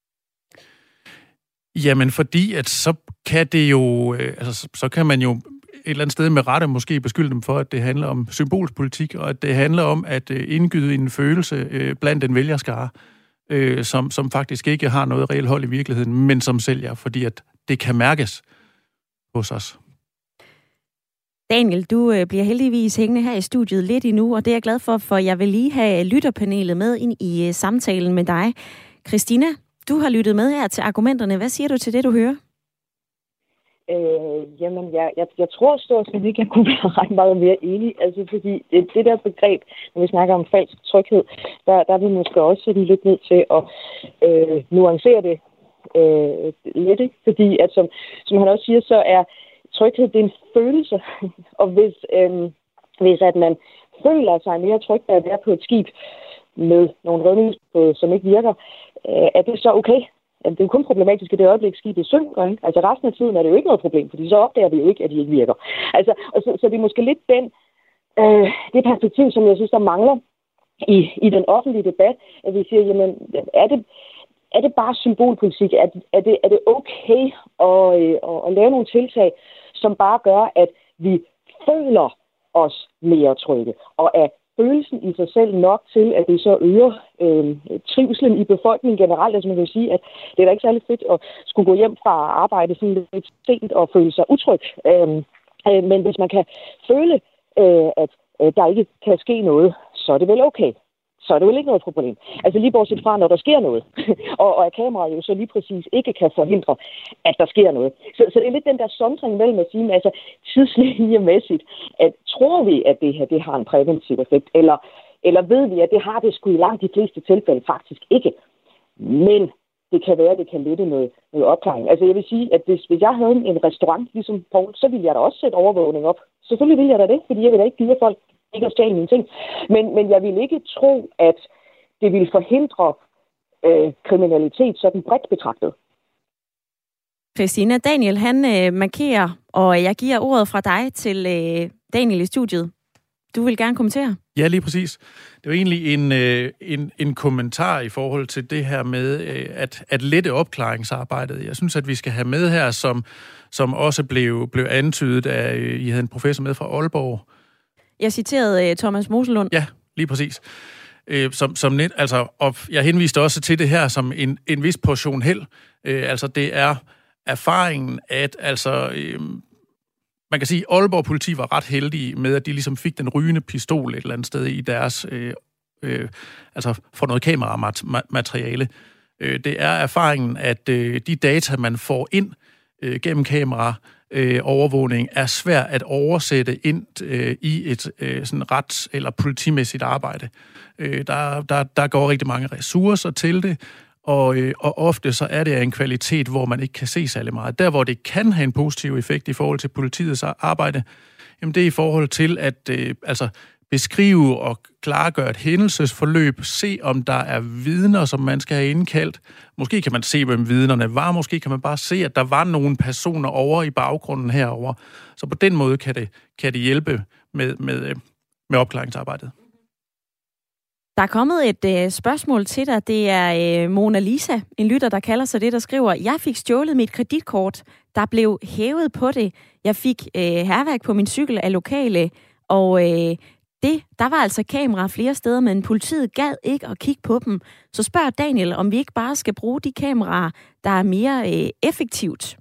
Jamen, fordi at så kan det jo, øh, altså så kan man jo et eller andet sted med rette måske beskylde dem for, at det handler om symbolpolitik, og at det handler om at øh, indgyde en følelse øh, blandt en vælgerskare, øh, som, som faktisk ikke har noget reelt hold i virkeligheden, men som sælger, fordi at det kan mærkes hos os. Daniel, du øh, bliver heldigvis hængende her i studiet lidt endnu, og det er jeg glad for, for jeg vil lige have lytterpanelet med ind i øh, samtalen med dig. Christina, du har lyttet med her til argumenterne. Hvad siger du til det, du hører? Øh, jamen, jeg, jeg, jeg tror stort set ikke, jeg kunne være ret meget mere enig. Altså, fordi det, det der begreb, når vi snakker om falsk tryghed, der, der er vi måske også sætte lidt ned til at øh, nuancere det øh, lidt, ikke? Fordi, at som, som han også siger, så er tryghed, det er en følelse. Og hvis, øh, hvis at man føler sig mere tryg ved at være på et skib, med nogle redningsbåde, som ikke virker, øh, er det så okay? Det er jo kun problematisk i det øjeblik, skibet synker, ikke? Altså resten af tiden er det jo ikke noget problem, fordi så opdager vi jo ikke, at de ikke virker. Altså, og så, så det er måske lidt den, øh, det perspektiv, som jeg synes, der mangler i, i den offentlige debat, at vi siger, jamen, er det, er det bare symbolpolitik? Er, er, det, er det okay at, øh, at, at lave nogle tiltag, som bare gør, at vi føler os mere trygge, og at følelsen i sig selv nok til, at det så øger øh, trivselen i befolkningen generelt. Altså man kan jo sige, at det er da ikke særlig fedt at skulle gå hjem fra arbejde sådan lidt sent og føle sig utryg. Øh, øh, men hvis man kan føle, øh, at øh, der ikke kan ske noget, så er det vel okay. Så er det vel ikke noget problem. Altså lige bortset fra, når der sker noget, og, og at kameraet jo så lige præcis ikke kan forhindre, at der sker noget. Så, så det er lidt den der sondring mellem at sige, altså tidslinjemæssigt, at tror vi, at det her det har en præventiv effekt, eller, eller ved vi, at det har det sgu i langt de fleste tilfælde faktisk ikke. Men det kan være, at det kan lette noget, noget opklaring. Altså jeg vil sige, at hvis, hvis jeg havde en restaurant, ligesom Poul, så ville jeg da også sætte overvågning op. Selvfølgelig ville jeg da det, fordi jeg vil da ikke give folk ikke at stjæle mine ting. Men, men jeg vil ikke tro, at det vil forhindre øh, kriminalitet sådan bredt betragtet. Christina, Daniel, han øh, markerer, og jeg giver ordet fra dig til øh, Daniel i studiet. Du vil gerne kommentere? Ja, lige præcis. Det var egentlig en, øh, en, en kommentar i forhold til det her med øh, at, at lette opklaringsarbejdet. Jeg synes, at vi skal have med her, som, som også blev, blev antydet af, øh, I havde en professor med fra Aalborg. Jeg citerede uh, Thomas Moselund. Ja, lige præcis. Øh, som, som net, altså, og jeg henviste også til det her som en, en vis portion held. Øh, altså, det er erfaringen, at altså, øh, man kan sige, at Aalborg politi var ret heldige med, at de ligesom fik den rygende pistol et eller andet sted i deres, øh, øh, altså for noget kameramateriale. Øh, det er erfaringen, at øh, de data, man får ind øh, gennem kamera, Øh, overvågning er svært at oversætte ind øh, i et øh, sådan rets- eller politimæssigt arbejde. Øh, der, der, der går rigtig mange ressourcer til det, og, øh, og ofte så er det af en kvalitet, hvor man ikke kan se særlig meget. Der, hvor det kan have en positiv effekt i forhold til politiets arbejde, jamen det er i forhold til at øh, altså beskrive og klargøre et hændelsesforløb, se om der er vidner, som man skal have indkaldt. Måske kan man se, hvem vidnerne var, måske kan man bare se, at der var nogle personer over i baggrunden herover. Så på den måde kan det, kan det hjælpe med, med, med opklaringsarbejdet. Der er kommet et øh, spørgsmål til dig. Det er øh, Mona Lisa, en lytter, der kalder sig det, der skriver: Jeg fik stjålet mit kreditkort. Der blev hævet på det. Jeg fik øh, hærværk på min cykel af lokale, og øh, Det, der var altså kameraer flere steder, men politiet gad ikke at kigge på dem. Så spørger Daniel, om vi ikke bare skal bruge de kameraer, der er mere øh, effektivt.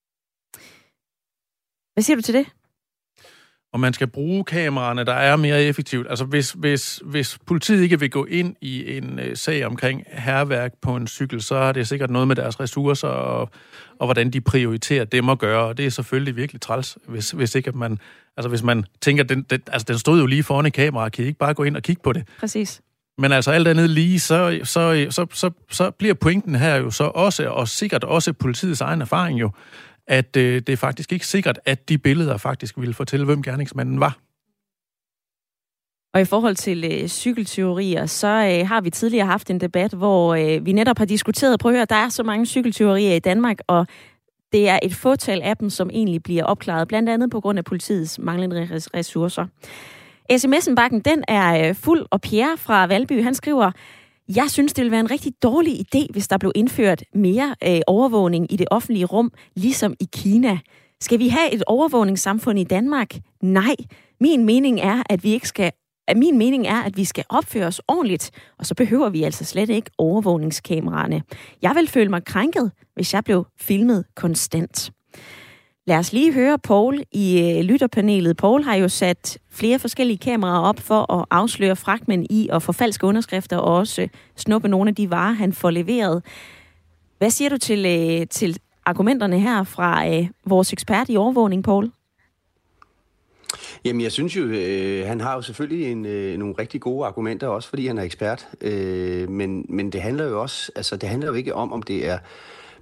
Hvad siger du til det? Og man skal bruge kameraerne, der er mere effektivt. Altså hvis, hvis, hvis politiet ikke vil gå ind i en øh, sag omkring hærværk på en cykel, så er det sikkert noget med deres ressourcer og, og hvordan de prioriterer dem at gøre. Og det er selvfølgelig virkelig træls, hvis, hvis ikke at man, altså hvis man tænker, den, den, altså den stod jo lige foran i kameraet, kan I ikke bare gå ind og kigge på det? Præcis. Men altså alt andet lige, så, så, så, så, så bliver pointen her jo så også, og sikkert også politiets egen erfaring jo, at øh, det er faktisk ikke sikkert, at de billeder faktisk ville fortælle, hvem gerningsmanden var. Og i forhold til øh, cykeltyverier, så øh, har vi tidligere haft en debat, hvor øh, vi netop har diskuteret, prøv at høre, der er så mange cykeltyverier i Danmark, og det er et fåtal af dem, som egentlig bliver opklaret, blandt andet på grund af politiets manglende ressourcer. S M S'en-bakken, den er øh, fuld, og Pierre fra Valby, han skriver: Jeg synes, det ville være en rigtig dårlig idé, hvis der blev indført mere øh, overvågning i det offentlige rum, ligesom i Kina. Skal vi have et overvågningssamfund i Danmark? Nej. Min mening er, at vi ikke skal. Min mening er, at vi skal opføre os ordentligt, og så behøver vi altså slet ikke overvågningskameraerne. Jeg vil føle mig krænket, hvis jeg blev filmet konstant. Lad os lige høre Poul i øh, lytterpanelet. Poul har jo sat flere forskellige kameraer op for at afsløre fragtmænd i og forfalske underskrifter, og også øh, snuppe nogle af de varer, han får leveret. Hvad siger du til, øh, til argumenterne her fra øh, vores ekspert i overvågning, Poul? Jamen, jeg synes jo, øh, han har jo selvfølgelig en, øh, nogle rigtig gode argumenter, også fordi han er ekspert. Øh, men, men det handler jo også, altså det handler jo ikke om, om det er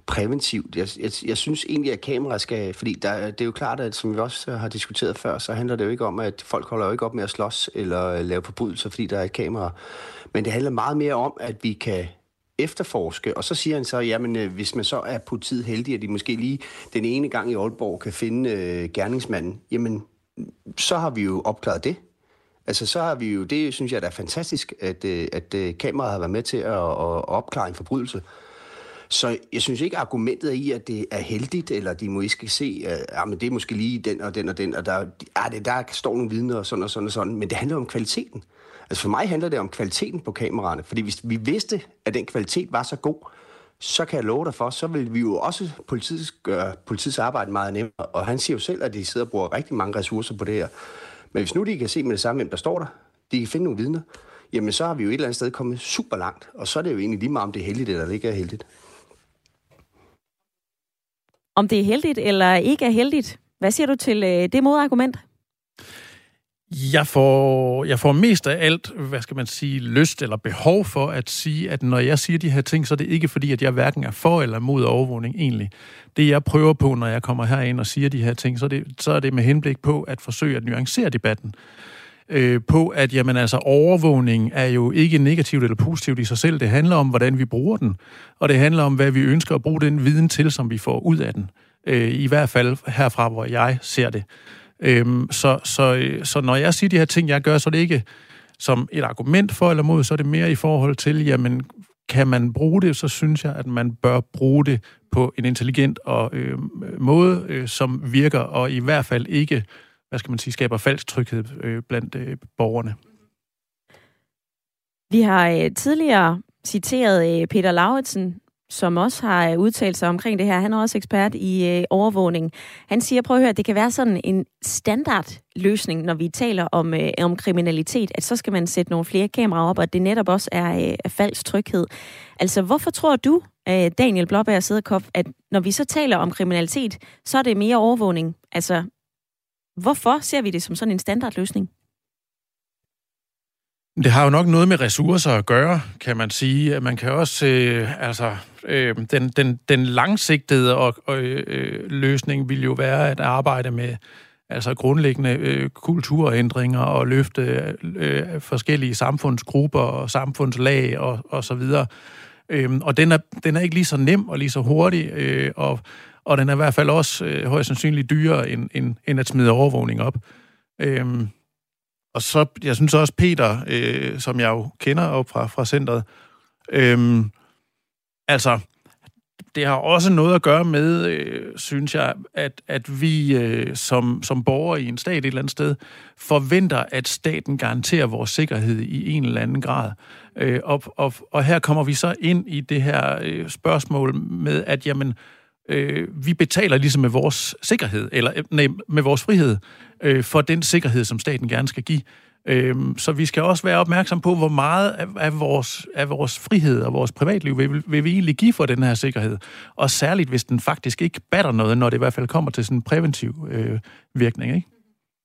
præventivt. Jeg, jeg, jeg synes egentlig, at kamera skal... Fordi der, det er jo klart, at som vi også har diskuteret før, så handler det jo ikke om, at folk holder jo ikke op med at slås eller lave forbrydelser, fordi der er et kamera. Men det handler meget mere om, at vi kan efterforske, og så siger han så, jamen hvis man så er politiet heldig, at de måske lige den ene gang i Aalborg kan finde øh, gerningsmanden, jamen så har vi jo opklaret det. Altså så har vi jo, det synes jeg, der er fantastisk, at, at, at kameraet har været med til at, at opklare en forbrydelse. Så jeg synes ikke, argumentet er i, at det er heldigt, eller de må ikke se, at ja, men det er måske lige den og den og den, og der, ja, det, der står nogle vidner og sådan og sådan og sådan, men det handler om kvaliteten. Altså for mig handler det om kvaliteten på kameraerne, fordi hvis vi vidste, at den kvalitet var så god, så kan jeg love dig for, så vil vi jo også politiets, gøre politiets arbejde meget nemmere. Og han siger jo selv, at de sidder og bruger rigtig mange ressourcer på det her. Men hvis nu de kan se med det samme, hvem der står der, de kan finde nogle vidner, jamen så har vi jo et eller andet sted kommet super langt. Og så er det jo egentlig lige meget, om det er heldigt eller det ikke er heldigt. Om det er heldigt eller ikke er heldigt, hvad siger du til øh, det modargument? Jeg får, jeg får mest af alt, hvad skal man sige, lyst eller behov for at sige, at når jeg siger de her ting, så er det ikke fordi, at jeg hverken er for eller mod overvågning egentlig. Det jeg prøver på, når jeg kommer herind og siger de her ting, så er det, så er det med henblik på at forsøge at nuancere debatten. Øh, på at jamen, altså, overvågning er jo ikke negativt eller positivt i sig selv. Det handler om, hvordan vi bruger den, og det handler om, hvad vi ønsker at bruge den viden til, som vi får ud af den. Øh, I hvert fald herfra, hvor jeg ser det. Øhm, så, så, så når jeg siger de her ting, jeg gør, så er det ikke som et argument for eller mod, så er det mere i forhold til, jamen, kan man bruge det, så synes jeg, at man bør bruge det på en intelligent og, øh, måde, øh, som virker, og i hvert fald ikke, hvad skal man sige, skaber falsk tryghed øh, blandt øh, borgerne. Vi har øh, tidligere citeret øh, Peter Lauritsen, som også har udtalt sig omkring det her. Han er også ekspert i øh, overvågning. Han siger, prøv at høre, at det kan være sådan en standardløsning, når vi taler om, øh, om kriminalitet, at så skal man sætte nogle flere kameraer op, og det netop også er, øh, er falsk tryghed. Altså, hvorfor tror du, øh, Daniel Blåbjerg Sæderkopf, at når vi så taler om kriminalitet, så er det mere overvågning? Altså, hvorfor ser vi det som sådan en standardløsning? Det har jo nok noget med ressourcer at gøre, kan man sige. Man kan også, øh, altså, øh, den, den, den langsigtede og, og, øh, løsning vil jo være at arbejde med altså grundlæggende øh, kulturændringer og løfte øh, forskellige samfundsgrupper og samfundslag og, og så videre. Øh, og den er, den er ikke lige så nem og lige så hurtig, øh, og, og den er i hvert fald også øh, højst sandsynligt dyrere end, end, end at smide overvågning op. Øh, Og så, jeg synes også, Peter, øh, som jeg jo kender op fra, fra centret, øh, altså, det har også noget at gøre med, øh, synes jeg, at, at vi øh, som, som borgere i en stat et eller andet sted, forventer, at staten garanterer vores sikkerhed i en eller anden grad. Øh, og, og, og her kommer vi så ind i det her øh, spørgsmål med, at jamen, øh, vi betaler ligesom med vores sikkerhed, eller nej, med vores frihed, øh, for den sikkerhed, som staten gerne skal give. Øh, så vi skal også være opmærksom på, hvor meget af, af, vores, af vores frihed og vores privatliv vil, vil vi egentlig give for den her sikkerhed. Og særligt, hvis den faktisk ikke batter noget, når det i hvert fald kommer til sådan en præventiv øh, virkning, ikke?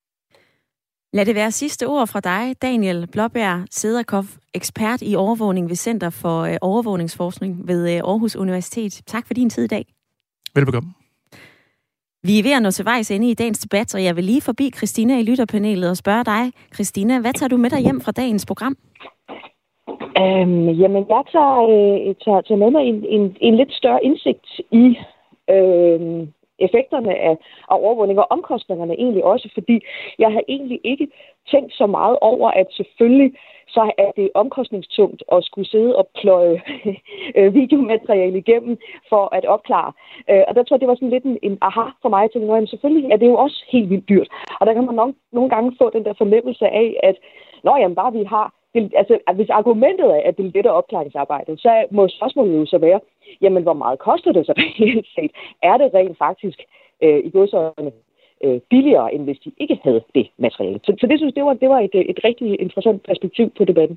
Lad det være sidste ord fra dig, Daniel Blåbjerg Sæderkopf, ekspert i overvågning ved Center for øh, Overvågningsforskning ved øh, Aarhus Universitet. Tak for din tid i dag. Velbekomme. Vi er ved at nå til vejs ende i dagens debat, og jeg vil lige forbi Christina i lytterpanelet og spørge dig, Christina, hvad tager du med dig hjem fra dagens program? Øhm, jamen, jeg tager, øh, tager, tager med mig en, en, en lidt større indsigt i øh, effekterne af, af overvågning og omkostningerne egentlig også, fordi jeg har egentlig ikke tænkt så meget over, at selvfølgelig så er det omkostningstungt at skulle sidde og pløje videomateriale igennem for at opklare. Og der tror jeg, det var sådan lidt en, en aha for mig. Jeg tænkte, at selvfølgelig er det jo også helt vildt dyrt. Og der kan man nok, nogle gange få den der fornemmelse af, at nå, jamen, bare vi har, det, altså at hvis argumentet er, at det er lidt af opklaringsarbejdet, så må spørgsmålet jo så være, jamen hvor meget koster det så reelt set? Er det rent faktisk øh, i godsøjne billigere, end hvis de ikke havde det materiale. Så, så det synes det var, det var et, et rigtig interessant perspektiv på debatten.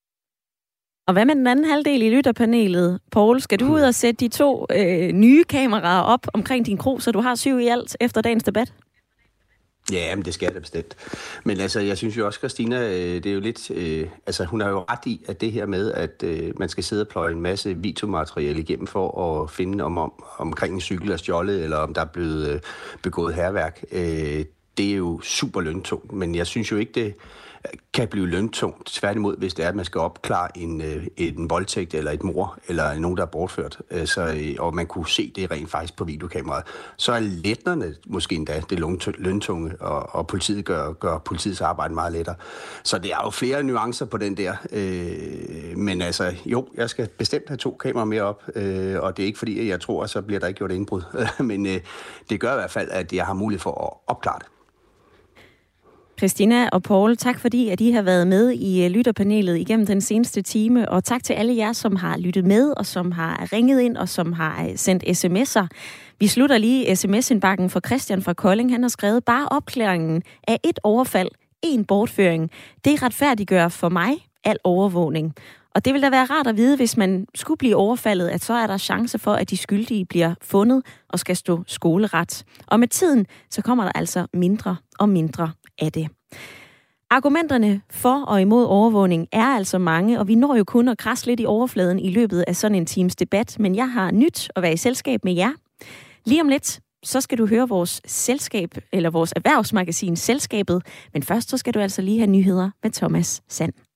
Og hvad med den anden halvdel i lytterpanelet? Poul, skal du ud og sætte de to øh, nye kameraer op omkring din kro, så du har syv i alt efter dagens debat? Ja, men det skal det bestemt. Men altså, jeg synes jo også, Christina, det er jo lidt... Øh, altså, hun har jo ret i, at det her med, at øh, man skal sidde og pløje en masse videomateriale igennem for at finde om, om omkring en cykel er stjålet, eller om der er blevet øh, begået hærværk, øh, det er jo super løntungt. Men jeg synes jo ikke, det kan blive løntungt. Tværtimod, hvis det er, at man skal opklare en, en voldtægt eller et mord, eller nogen, der er bortført, så, og man kunne se det rent faktisk på videokameraet, så er letnerne måske endda det løntunge, og, og politiet gør, gør politiets arbejde meget lettere. Så det er jo flere nuancer på den der. Øh, men altså, jo, jeg skal bestemt have to kameraer mere op, øh, og det er ikke fordi, at jeg tror, at så bliver der ikke gjort indbrud. men øh, det gør i hvert fald, at jeg har mulighed for at opklare det. Christina og Poul, tak fordi, at I har været med i lytterpanelet igennem den seneste time, og tak til alle jer, som har lyttet med, og som har ringet ind, og som har sendt sms'er. Vi slutter lige sms-indbakken for Christian fra Kolding. Han har skrevet, bare opklaringen af et overfald, en bortføring, det retfærdiggør for mig al overvågning. Og det vil da være rart at vide, hvis man skulle blive overfaldet, at så er der chance for, at de skyldige bliver fundet og skal stå skoleret. Og med tiden, så kommer der altså mindre og mindre af det. Argumenterne for og imod overvågning er altså mange, og vi når jo kun at krasse lidt i overfladen i løbet af sådan en times debat, men jeg har nyt at være i selskab med jer. Lige om lidt, så skal du høre vores selskab, eller vores erhvervsmagasin Selskabet, men først så skal du altså lige have nyheder med Thomas Sand.